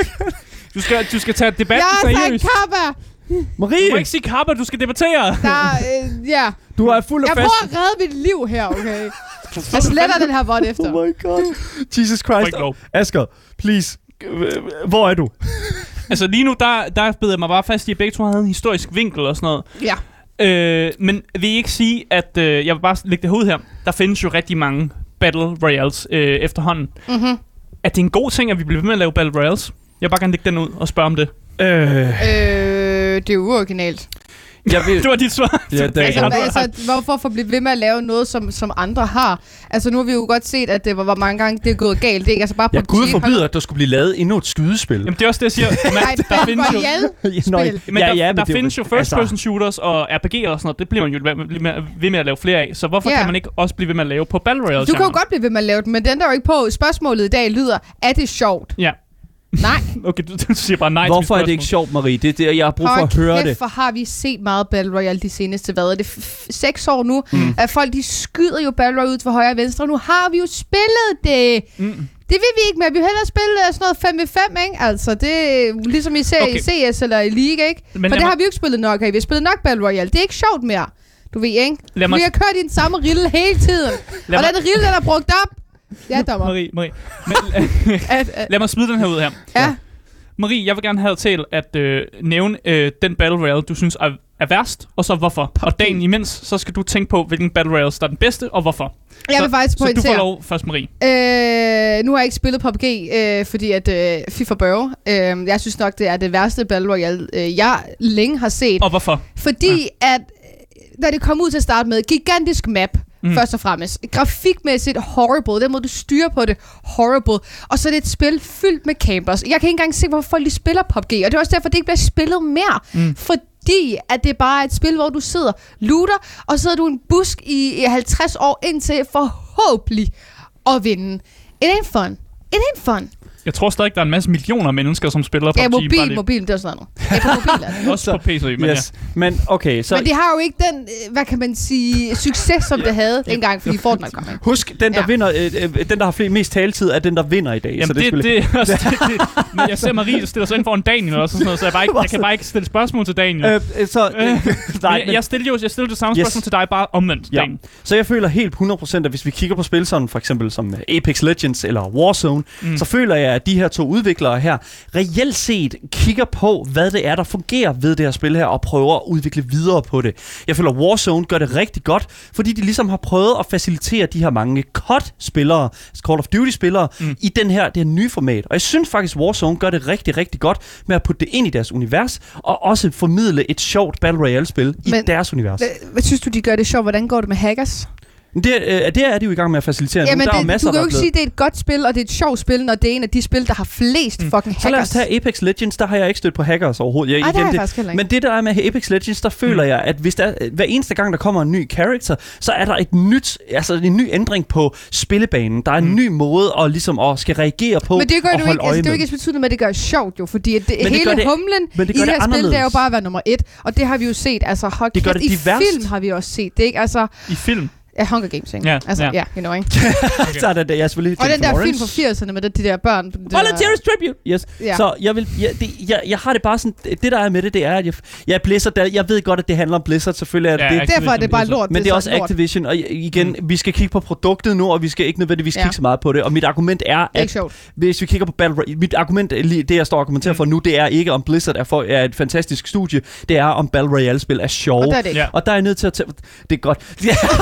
Du skal, du skal tage debatten Jeg har seriøst. sagt kappa! Du må Marie, ikke sige kapper, du skal debattere. Der, øh, ja. du er fuld af Jeg fast. prøver at redde mit liv her, okay? Jeg sletter den her bot efter. Oh my god. Jesus Christ. Ikke lov. Asger, please. Hvor er du? Altså lige nu, der, der beder jeg mig bare fast i, at begge to havde en historisk vinkel og sådan noget. Ja. Øh, men vil I ikke sige, at... Øh, jeg vil bare lægge det hoved her. Der findes jo rigtig mange Battle Royales øh, efterhånden. Mm-hmm. Er det en god ting, at vi bliver ved med at lave Battle Royales? Jeg vil bare gerne lægge den ud og spørge om det. Øh, Øh, det er jo uoriginalt. jeg vil... Det var dit svar. Ja, det er Altså, godt. altså, hvorfor for at blive ved med at lave noget, som, som andre har? Altså, nu har vi jo godt set, at det var, hvor mange gange det er gået galt. Det er ikke altså bare Ja, P U B G. Gud forbyder, at der skulle blive lavet endnu et skydespil. Jamen det er også det, jeg siger. Man, Nej, der findes jo... Nå, spil. Men der, der det er jo- findes jo first-person shooters og R P G'er og sådan noget. Det bliver man jo ved med, ved med at lave flere af. Så hvorfor Ja. kan man ikke også blive ved med at lave på Battle Royale? Du kan jo godt blive ved med at lave den, men den der er jo ikke på. Spørgsmålet i dag lyder, er det sjovt? Ja. Nej. Okay, du, du siger bare nej til Hvorfor mit er det ikke spørgsmål. sjovt, Marie? Det er det, jeg har brug for at høre det. For har vi set meget Battle Royale de seneste, hvad er det, f- f- seks år nu, mm. at folk de skyder jo Battle Royale ud for højre og venstre, og nu har vi jo spillet det. Mm. Det vil vi ikke mere. Vi vil hellere spille øh, sådan noget fem mod fem, ikke? Altså, det er ligesom I ser Okay. i C S eller i League, ikke? Men For lad det mig- har vi jo ikke spillet nok af. Vi har spillet nok Battle Royale. Det er ikke sjovt mere. Du ved, ikke? Lad mig- Vi har kørt i den samme rille hele tiden. Lad og mig- den rille, den er brugt op. Ja, dommer. Marie, Marie. Men, At, at, lad mig smide den her ud her. ja. Marie, jeg vil gerne have til at øh, nævne øh, den Battle Royale, du synes er, er værst, og så hvorfor. P U B G. Og dagen imens, så skal du tænke på, hvilken Battle Royale der er den bedste, og hvorfor. Jeg vil så, faktisk så du får pointere. lov først, Marie. Øh, nu har jeg ikke spillet P U B G, øh, fordi at øh, FIFA bøve. Øh, jeg synes nok, det er det værste Battle Royale, øh, jeg længe har set. Og hvorfor? Fordi ja. at, øh, da det kom ud til at starte med, gigantisk map, mm. først og fremmest. Grafikmæssigt horrible. Den måde, du styrer på det, horrible. Og så er det et spil fyldt med campers. Jeg kan ikke engang se, hvorfor folk de spiller P U B G. Og det er også derfor, det ikke bliver spillet mere. Mm. Fordi at det bare er et spil, hvor du sidder, looter, og så sidder du i en busk i, i halvtreds år indtil forhåbentlig at vinde. It ain't fun. It ain't fun. Jeg tror stadig, der er en masse millioner mennesker, som spiller P U B G. Ja, bare mobil, lige- mobil, det er sådan noget. Ja, på mobil er det. Også på P C, men Yes. Men okay, så Men det har jo ikke den, øh, hvad kan man sige, succes, som det havde dengang, fordi Fortnite kom. Ikke? husk, den der Ja. vinder, øh, øh, den der har flest mest taletid, er den der vinder i dag. Jamen, så det, det, det, det, det, også, det, det, men jeg ser Marie, der stiller sig ind foran Daniel også, og sådan noget, så jeg, bare ikke, jeg kan bare ikke stille spørgsmål til Daniel. øh, øh, så, øh, Øh, nej, jeg, jeg stillede jo jeg stillede det samme Yes. spørgsmål til dig, bare omvendt, Ja. Daniel. Så jeg føler helt hundrede procent, at hvis vi kigger på spil som for eksempel som Apex Legends eller Warzone, mm. så føler jeg, at de her to udviklere her reelt set kigger på, hvad det er, der fungerer ved det her spil her, og prøver at udvikle videre på det. Jeg føler, Warzone gør det rigtig godt, fordi de ligesom har prøvet at facilitere de her mange C O D-spillere, Call of Duty-spillere, mm. i den her, det her nye format. Og jeg synes faktisk, Warzone gør det rigtig, rigtig godt med at putte det ind i deres univers, og også formidle et sjovt Battle Royale-spil i Men- deres univers. Hvad, hvad synes du, de gør det sjovt? Hvordan går det med hackers? Det, øh, det er de jo i gang med at facilitere. nu. Jamen, Der er jo det, masser, du kan der jo er ikke blevet- sige, at det er et godt spil, og det er et sjovt spil, når det er en af de spil, der har flest mm. fucking hackers. Så lad os tage Apex Legends, der har jeg ikke stødt på hackers overhovedet. Jeg, Ej, det har jeg faktisk heller ikke. Men det der er med Apex Legends, der føler jeg, at hvis der, hver eneste gang, der kommer en ny character, så er der et nyt, altså en ny ændring på spillebanen. Der er en mm. ny måde at, ligesom, at skal reagere på Men det gør og du holde ikke, øje altså, det er jo med. ikke betydende med, at det gør sjovt jo, fordi at det, Men det gør hele det- humlen men det i gør det det her spil, det er jo anderledes. bare at være nummer et, og det har vi jo set, altså hold Det gør kæft, det i diverst. film har vi også set, det er ikke, altså, I film. ja, Hunger Games, ikke? Ja, altså, ja. ja, you know, ikke? Så er der, jeg er selvfølgelig Og den Jennifer der film Lawrence. fra firserne med de, de der børn. Det der, Volunteers Tribute! Yes. Ja. Så jeg, vil, jeg, det, jeg, jeg har det bare sådan, det der er med det, det er, at jeg, jeg, Blizzard, der, jeg ved godt, at det handler om Blizzard, selvfølgelig er det Ja, det. Activision derfor er det bare Blizzard. lort. Men det er også så lort. Activision, og igen, mm. vi skal kigge på produktet nu, og vi skal ikke nødvendigvis Ja. kigge så meget på det. Og mit argument er, Det er at ikke sjovt. hvis vi kigger på Battle Royale, mit argument, lige det jeg står og argumenterer Mm. for nu, det er ikke om Blizzard er, for, er et fantastisk studie, det er om Battle Royale-spil er sjove. Og der er det ikke. Ja. Og der er jeg nødt til at tage... Det er godt.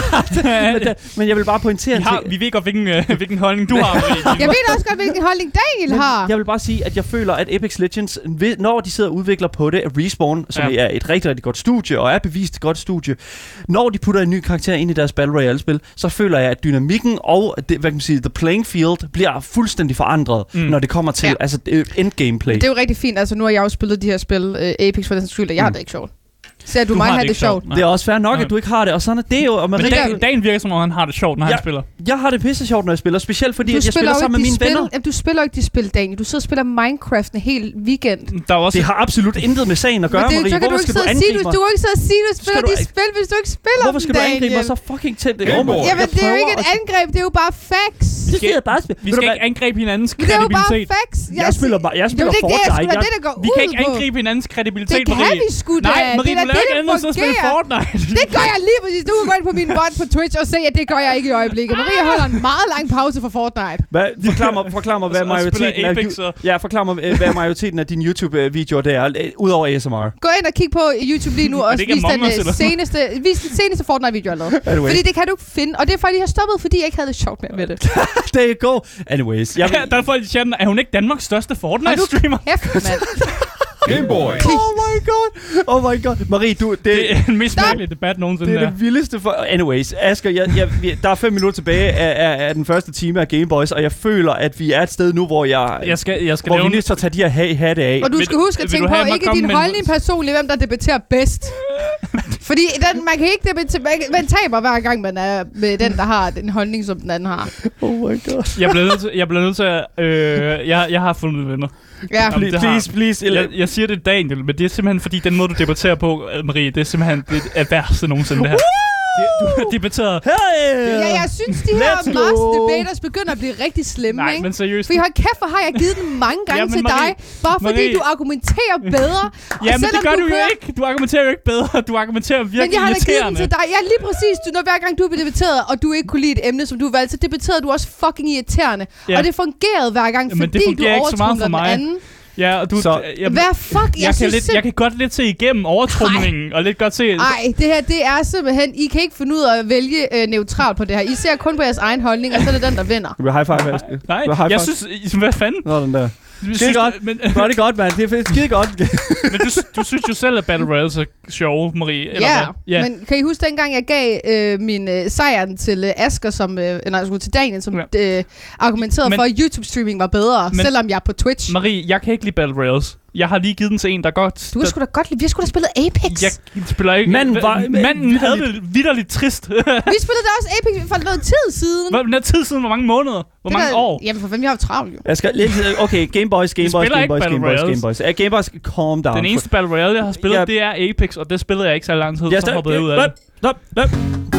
men, da, men jeg vil bare pointere Vi, har, vi ved godt, hvilken, øh, hvilken holdning du har, Marie. Jeg ved også godt, hvilken holdning Daniel men har. jeg vil bare sige, at jeg føler, at Apex Legends, når de sidder og udvikler på det, Respawn, som Ja. er et rigtig, rigtig godt studie, og er bevist et godt studie, når de putter en ny karakter ind i deres Battle Royale-spil, så føler jeg, at dynamikken og det, hvad kan man sige, the playing field bliver fuldstændig forandret, mm. når det kommer til Ja. altså, endgameplay. Det er jo rigtig fint. Altså, nu har jeg jo spillet de her spil, uh, Apex for den skyld, og jeg har det ikke sjovt. Så du, Du du mig har have det det ikke sjovt. sjovt. Det er også fair nok, Ja. at du ikke har det, og sådan er det jo. Og Men Marie, dagen, dagen virker som om, han har det sjovt, når Ja. han spiller. jeg har det pisse sjovt, når jeg spiller, specielt fordi Du at jeg spiller jo sammen med ikke mine de spil, venner. Jamen, du spiller jo ikke de spil, Daniel. Du sidder og spiller Minecraft en hel weekend. Der er også Det har absolut intet med sagen at gøre, Men det, Marie. så kan du Hvorfor ikke skal du sidde og sige, angribe du, mig? du kan ikke sidde og sige, du spiller du de ikke- spil, hvis du ikke spiller Hvorfor skal dem, du angribe mig Daniel? så fucking tæt? Game Boy. Jamen, det er jo ikke et angreb, det er jo bare facts. Det sidder bare og spiller. Vi skal ikke angribe hinandens Det er jo bare kredibilitet. facts. Jeg spiller bare, jeg spiller det er det, jeg Fortnite. skulle Jeg, det, der går Vi ud kan ikke på. angribe hinandens kredibilitet, Det kan Marie. vi sgu da. Nej, Marie, Det er du da laver det, ikke der andet end at spille fungerer. Fortnite. Det gør jeg lige præcis. Du kan gå ind på min bot på Twitch og se, at det gør jeg ikke i øjeblikket. Maria holder en meget lang pause for Fortnite. hvad, forklar mig, forklar mig, hvad Og spiller majoriteten af, Apex, ju- og- ja, forklar mig, øh, hvad majoriteten af dine YouTube-videoer det er, øh, udover A S M R. Gå ind og kig på YouTube lige nu og det ikke vis den, Among Us, øh, eller? seneste, vis den seneste Fortnite-video, jeg lavede. Anyway. Fordi det kan du ikke finde. Og det er fordi, jeg stoppede, fordi jeg ikke havde det sjovt med, med det. There you go. Anyways. Jeg, Ja, der er folk i chatten. Er hun ikke Danmarks største Fortnite-streamer? Kæft, mand. Game Boy. oh my god. Oh my god. Marie, du, det, Det er den mest Stop. mærkelige debat nogensinde. det er der. det vildeste for... Anyways, Asger, jeg, jeg, vi- der er fem minutter tilbage af, af, af den første time af Game Boys, og jeg føler, at vi er et sted nu, hvor jeg... Jeg skal, jeg skal hvor lave vi en- nødt til at tage de her ha- hatte af. Og du Vil skal du- huske at vil tænke du på, have mig ikke komme din med en- holdning personligt, hvem der debatterer bedst. Fordi den, man kan ikke debattere... Man, man taber hver gang, man er med den, der har den holdning, som den anden har. Oh my god. Jeg bliver nødt til, jeg bliver nødt til at... Øh, jeg, jeg har fundet venner. Ja. Jamen, Please, det har- please, please. Jeg, jeg siger det Daniel, men det er simpelthen fordi, den måde, du debatterer på, øh, Marie, det er simpelthen det er værste nogensinde, det her. Det, du har debatteret... Hey! Ja, jeg synes, de her Let's Mars go. debaters begynder at blive rigtig slemme, Nej, ikke? men seriøst. For hold kæft, hvor har jeg givet den mange gange Jamen, til Marie, dig, bare fordi Marie. du argumenterer bedre. Ja, og men det selvom gør du jo kører- ikke. Du argumenterer jo ikke bedre. Du argumenterer virkelig Men jeg har da givet den irriterende. til dig. Ja, lige præcis. Du, når hver gang du blev debatteret, og du ikke kunne lide et emne, som du valgte, så debatterede du også fucking irriterende. Ja. Og det fungerede hver gang, Men det fordi du fungerer ikke så meget for overtrumler den mig. anden. Ja, og du... Så- jeg, Hvad fuck? Jeg, jeg, kan synes lidt, jeg kan godt lidt se igennem overtrumningen, og lidt godt se... Ej, det her, det er simpelthen... I kan ikke finde ud af at vælge øh, neutralt på det her. I ser kun på jeres egen holdning, og så er det den, der vinder. Du vil high five, Asger. Nej, Du vil high jeg five. synes... Hvad fanden? Sådan der. Synes, Skide godt. Men, Gør det godt, mand. Det er fedt. Skide godt. men du, du synes jo selv, at Battle Royale er sjove, Marie. Eller Ja, hvad? Ja, men kan I huske dengang, jeg gav øh, min øh, sejren til øh, Asger, som, øh, nej, jeg skulle til Daniel, som øh, argumenterede Men- for, at YouTube-streaming var bedre, Men- selvom jeg er på Twitch. Marie, jeg kan ikke lide Battle Royales. Jeg har lige givet den til en, der godt... Du har sgu da godt lide. Vi har sgu da spillet Apex. Jeg spiller ikke... Manden var- Manden havde det vitterligt trist. Vi spillede da også Apex for noget tid siden. Hvor den tid siden, hvor mange måneder? Hvor Det mange der- år? Jamen for fanden, jeg har jo travlt jo. Jeg skal lidt... Okay, Game Boys, Game Vi Boys, spiller Game ikke Boys, Battle Game Boys, Royales. Game Boys. Uh, Game Boys, calm down. Den eneste Battle Royale, jeg har spillet, Jeg- det er Apex, og det spillede jeg ikke så lang tid, Ja, så hoppede jeg ud af det. Stop, stop.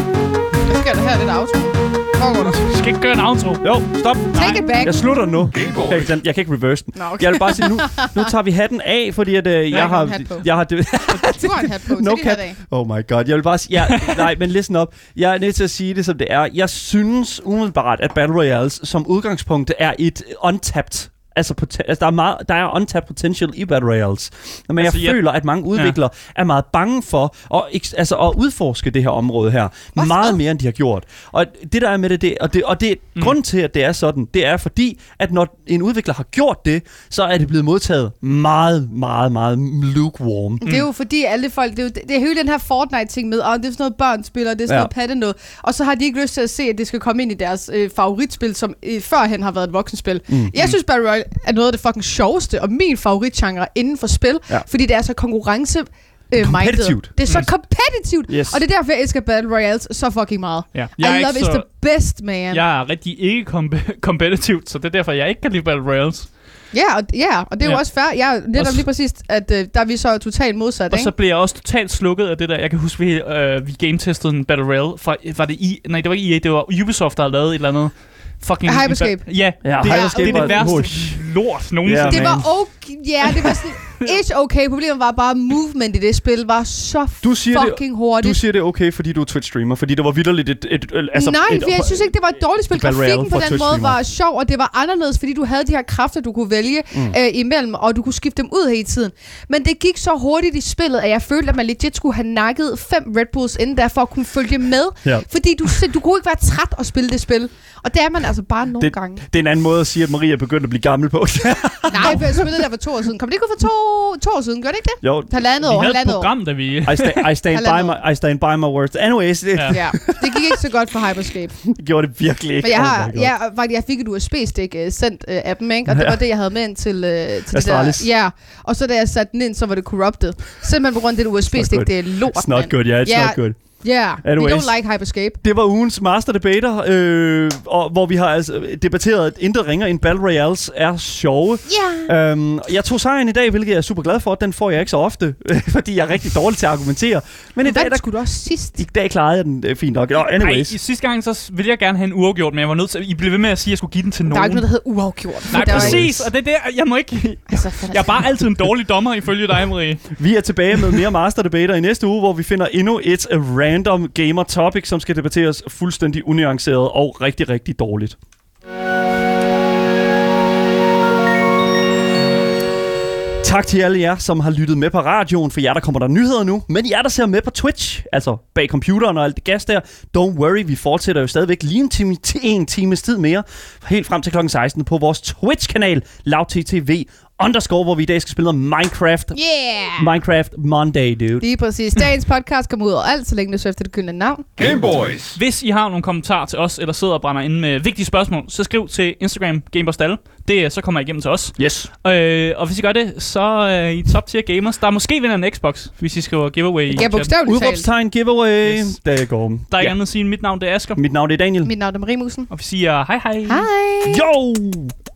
Jeg skal da her lidt auto. Hvor går der? Du skal ikke gøre en outro. Jo, stop. Take it back. Jeg slutter nu. Game Boy. Jeg, kan- jeg kan ikke reverse den. Nå, okay. Jeg vil bare sige, nu, nu tager vi hatten af, fordi at, øh, jeg, har har, en hat på. jeg har... Du har en hat på. No Til de her cap. dage. Oh my god. Jeg vil bare sige... Ja, nej, men listen op. Jeg er nødt til at sige det, som det er. Jeg synes umiddelbart, at Battle Royales som udgangspunkt er et untapped... Altså, poten- altså der, er meget, der er untapped potential i Battle Royales. Men Altså, jeg jeg- føler, at mange udviklere ja. er meget bange for at, eks- altså, at udforske det her område her. Hvad Meget så? mere, end de har gjort. Og det, der er med det, det og det, og det mm. grunden til, at det er sådan, det er fordi, at når en udvikler har gjort det, så er det blevet modtaget meget, meget, meget lukewarm. Det er jo fordi alle folk, det er jo det er hele den her Fortnite-ting med, og det er sådan noget børn spiller, det er sådan Ja. noget patte noget, og så har de ikke lyst til at se, at det skal komme ind i deres øh, favoritspil, som øh, førhen har været et voksenspil. Mm. Jeg synes, Battle Royale er noget af det fucking sjoveste, og min favoritgenre inden for spil, Ja. fordi det er så konkurrence øh, Competitivt. Det er så competitivt, Yes. og det er derfor, jeg elsker Battle Royales så fucking meget. Ja. I Jeg er love ikke is så- the best, man. Jeg er rigtig ikke komp- competitivt, så det er derfor, jeg ikke kan lide Battle Royales. Ja, og, ja, og det er jo Ja. også fair. Jeg er netop Og s- lige præcis, at øh, der er vi så totalt modsat, Og ikke? så blev jeg også totalt slukket af det der. Jeg kan huske, vi, øh, vi game-testede en Battle Royale. Fra, var det I? Nej, det var ikke E A, det var Ubisoft, der havde lavet et eller andet. Fucking Hyperscape. Ja, Ja, det, Hyperscape det er var- det værste Ush. lort nogensinde. Ja, Det man. var okay. Ja, det var sådan... Ish okay. Problemet var bare, movement i det spil var så Du siger fucking det, hurtigt. Du siger det er okay, fordi du er Twitch-streamer, fordi det var vitterligt et... et, et altså Nej, et, for jeg synes ikke, det var et dårligt spil. Battle Royale Grafikken på for den måde Twitch-streamere. var sjov, og det var anderledes, fordi du havde de her kræfter, du kunne vælge mm. øh, imellem, og du kunne skifte dem ud hele tiden. Men det gik så hurtigt i spillet, at jeg følte, at man legit skulle have nakket fem Red Bulls inden der, for at kunne følge med. Ja. Fordi du, du kunne ikke være træt at spille det spil. Og det er man altså bare nogle det, gange. det er en anden måde at sige, at Maria er begyndt at blive gammel på. Nej, for jeg spillede der for to år siden. Kom det ikke ud for to, to år siden? Gør det ikke det? Jo. Halvandet år, Vi havde et halvandet år. program, da vi... I, sta- I, stand by my, I stand by my words. Anyways, det, Ja. Ja, det gik ikke så godt for Hyperscape. det gjorde det virkelig ikke. Men jeg har, Oh my God. ja, faktisk, jeg fik et U S B-stik uh, sendt uh, af dem, ikke? Og det Ja. var det, jeg havde med ind til, uh, til det der. Astralis. Ja, og så da jeg satte den ind, så var det corrupted. Simpelthen på grund af det U S B-stik, good. det er lort, It's not mand. good, yeah, it's Ja. not good. Yeah, Anyways. we don't like Hyperscape. Det var ugens Master Debater, øh, og, hvor vi har altså debatteret, at intet ringer end Battle Royales er sjove. Ja. Øhm, jeg tog sejren i dag, hvilket jeg er super glad for. Den får jeg ikke så ofte, fordi jeg er rigtig dårlig til at argumentere. Men i dag, Hvad der, skulle du også sidst? i dag klarede jeg den øh, fint nok. Nå, Ej, anyways. i sidste gang, så ville jeg gerne have en uafgjort, men jeg var nødt til... I blev ved med at sige, at jeg skulle give den til Der er nogen. ikke noget, der hedder uafgjort. Nej, Der var præcis, og det er der, jeg må ikke... Altså, for Jeg er bare altid en dårlig dommer, ifølge dig, Marie. Vi er tilbage med mere Master Debater i næste uge, hvor vi finder endnu et random gamer topic, som skal debatteres fuldstændig unuanceret og rigtig, rigtig dårligt. Tak til alle jer, som har lyttet med på radioen. For jer, der kommer der nyheder nu. Men jer, der ser med på Twitch, altså bag computeren og alt det gas der. Don't worry, vi fortsætter jo stadigvæk lige en time, til en times tid mere. Helt frem til klokken seksten på vores Twitch-kanal, LoudTTV underscore, hvor vi i dag skal spille noget Minecraft. Yeah! Minecraft Monday, dude. Lige præcis. Dagens podcast kommer ud over alt, så længe det så efter det gyldne navn. Gameboys. Hvis I har nogle kommentarer til os, eller sidder og brænder inde med vigtige spørgsmål, så skriv til Instagram Gameboysdalle. Det så kommer I igennem til os. Yes. Øh, og hvis I gør det, så er I top tier gamers. Der måske vinder en Xbox, hvis I skriver giveaway i Ja, chatten. bogstaveligt talt. Udråbstegn giveaway. Yes. Der går. Der er ikke Ja. andet at sige. Mit navn det er Asger. Mit navn er Daniel. Mit navn er Marie Musen. Og vi siger hej hej. Hej! Jo!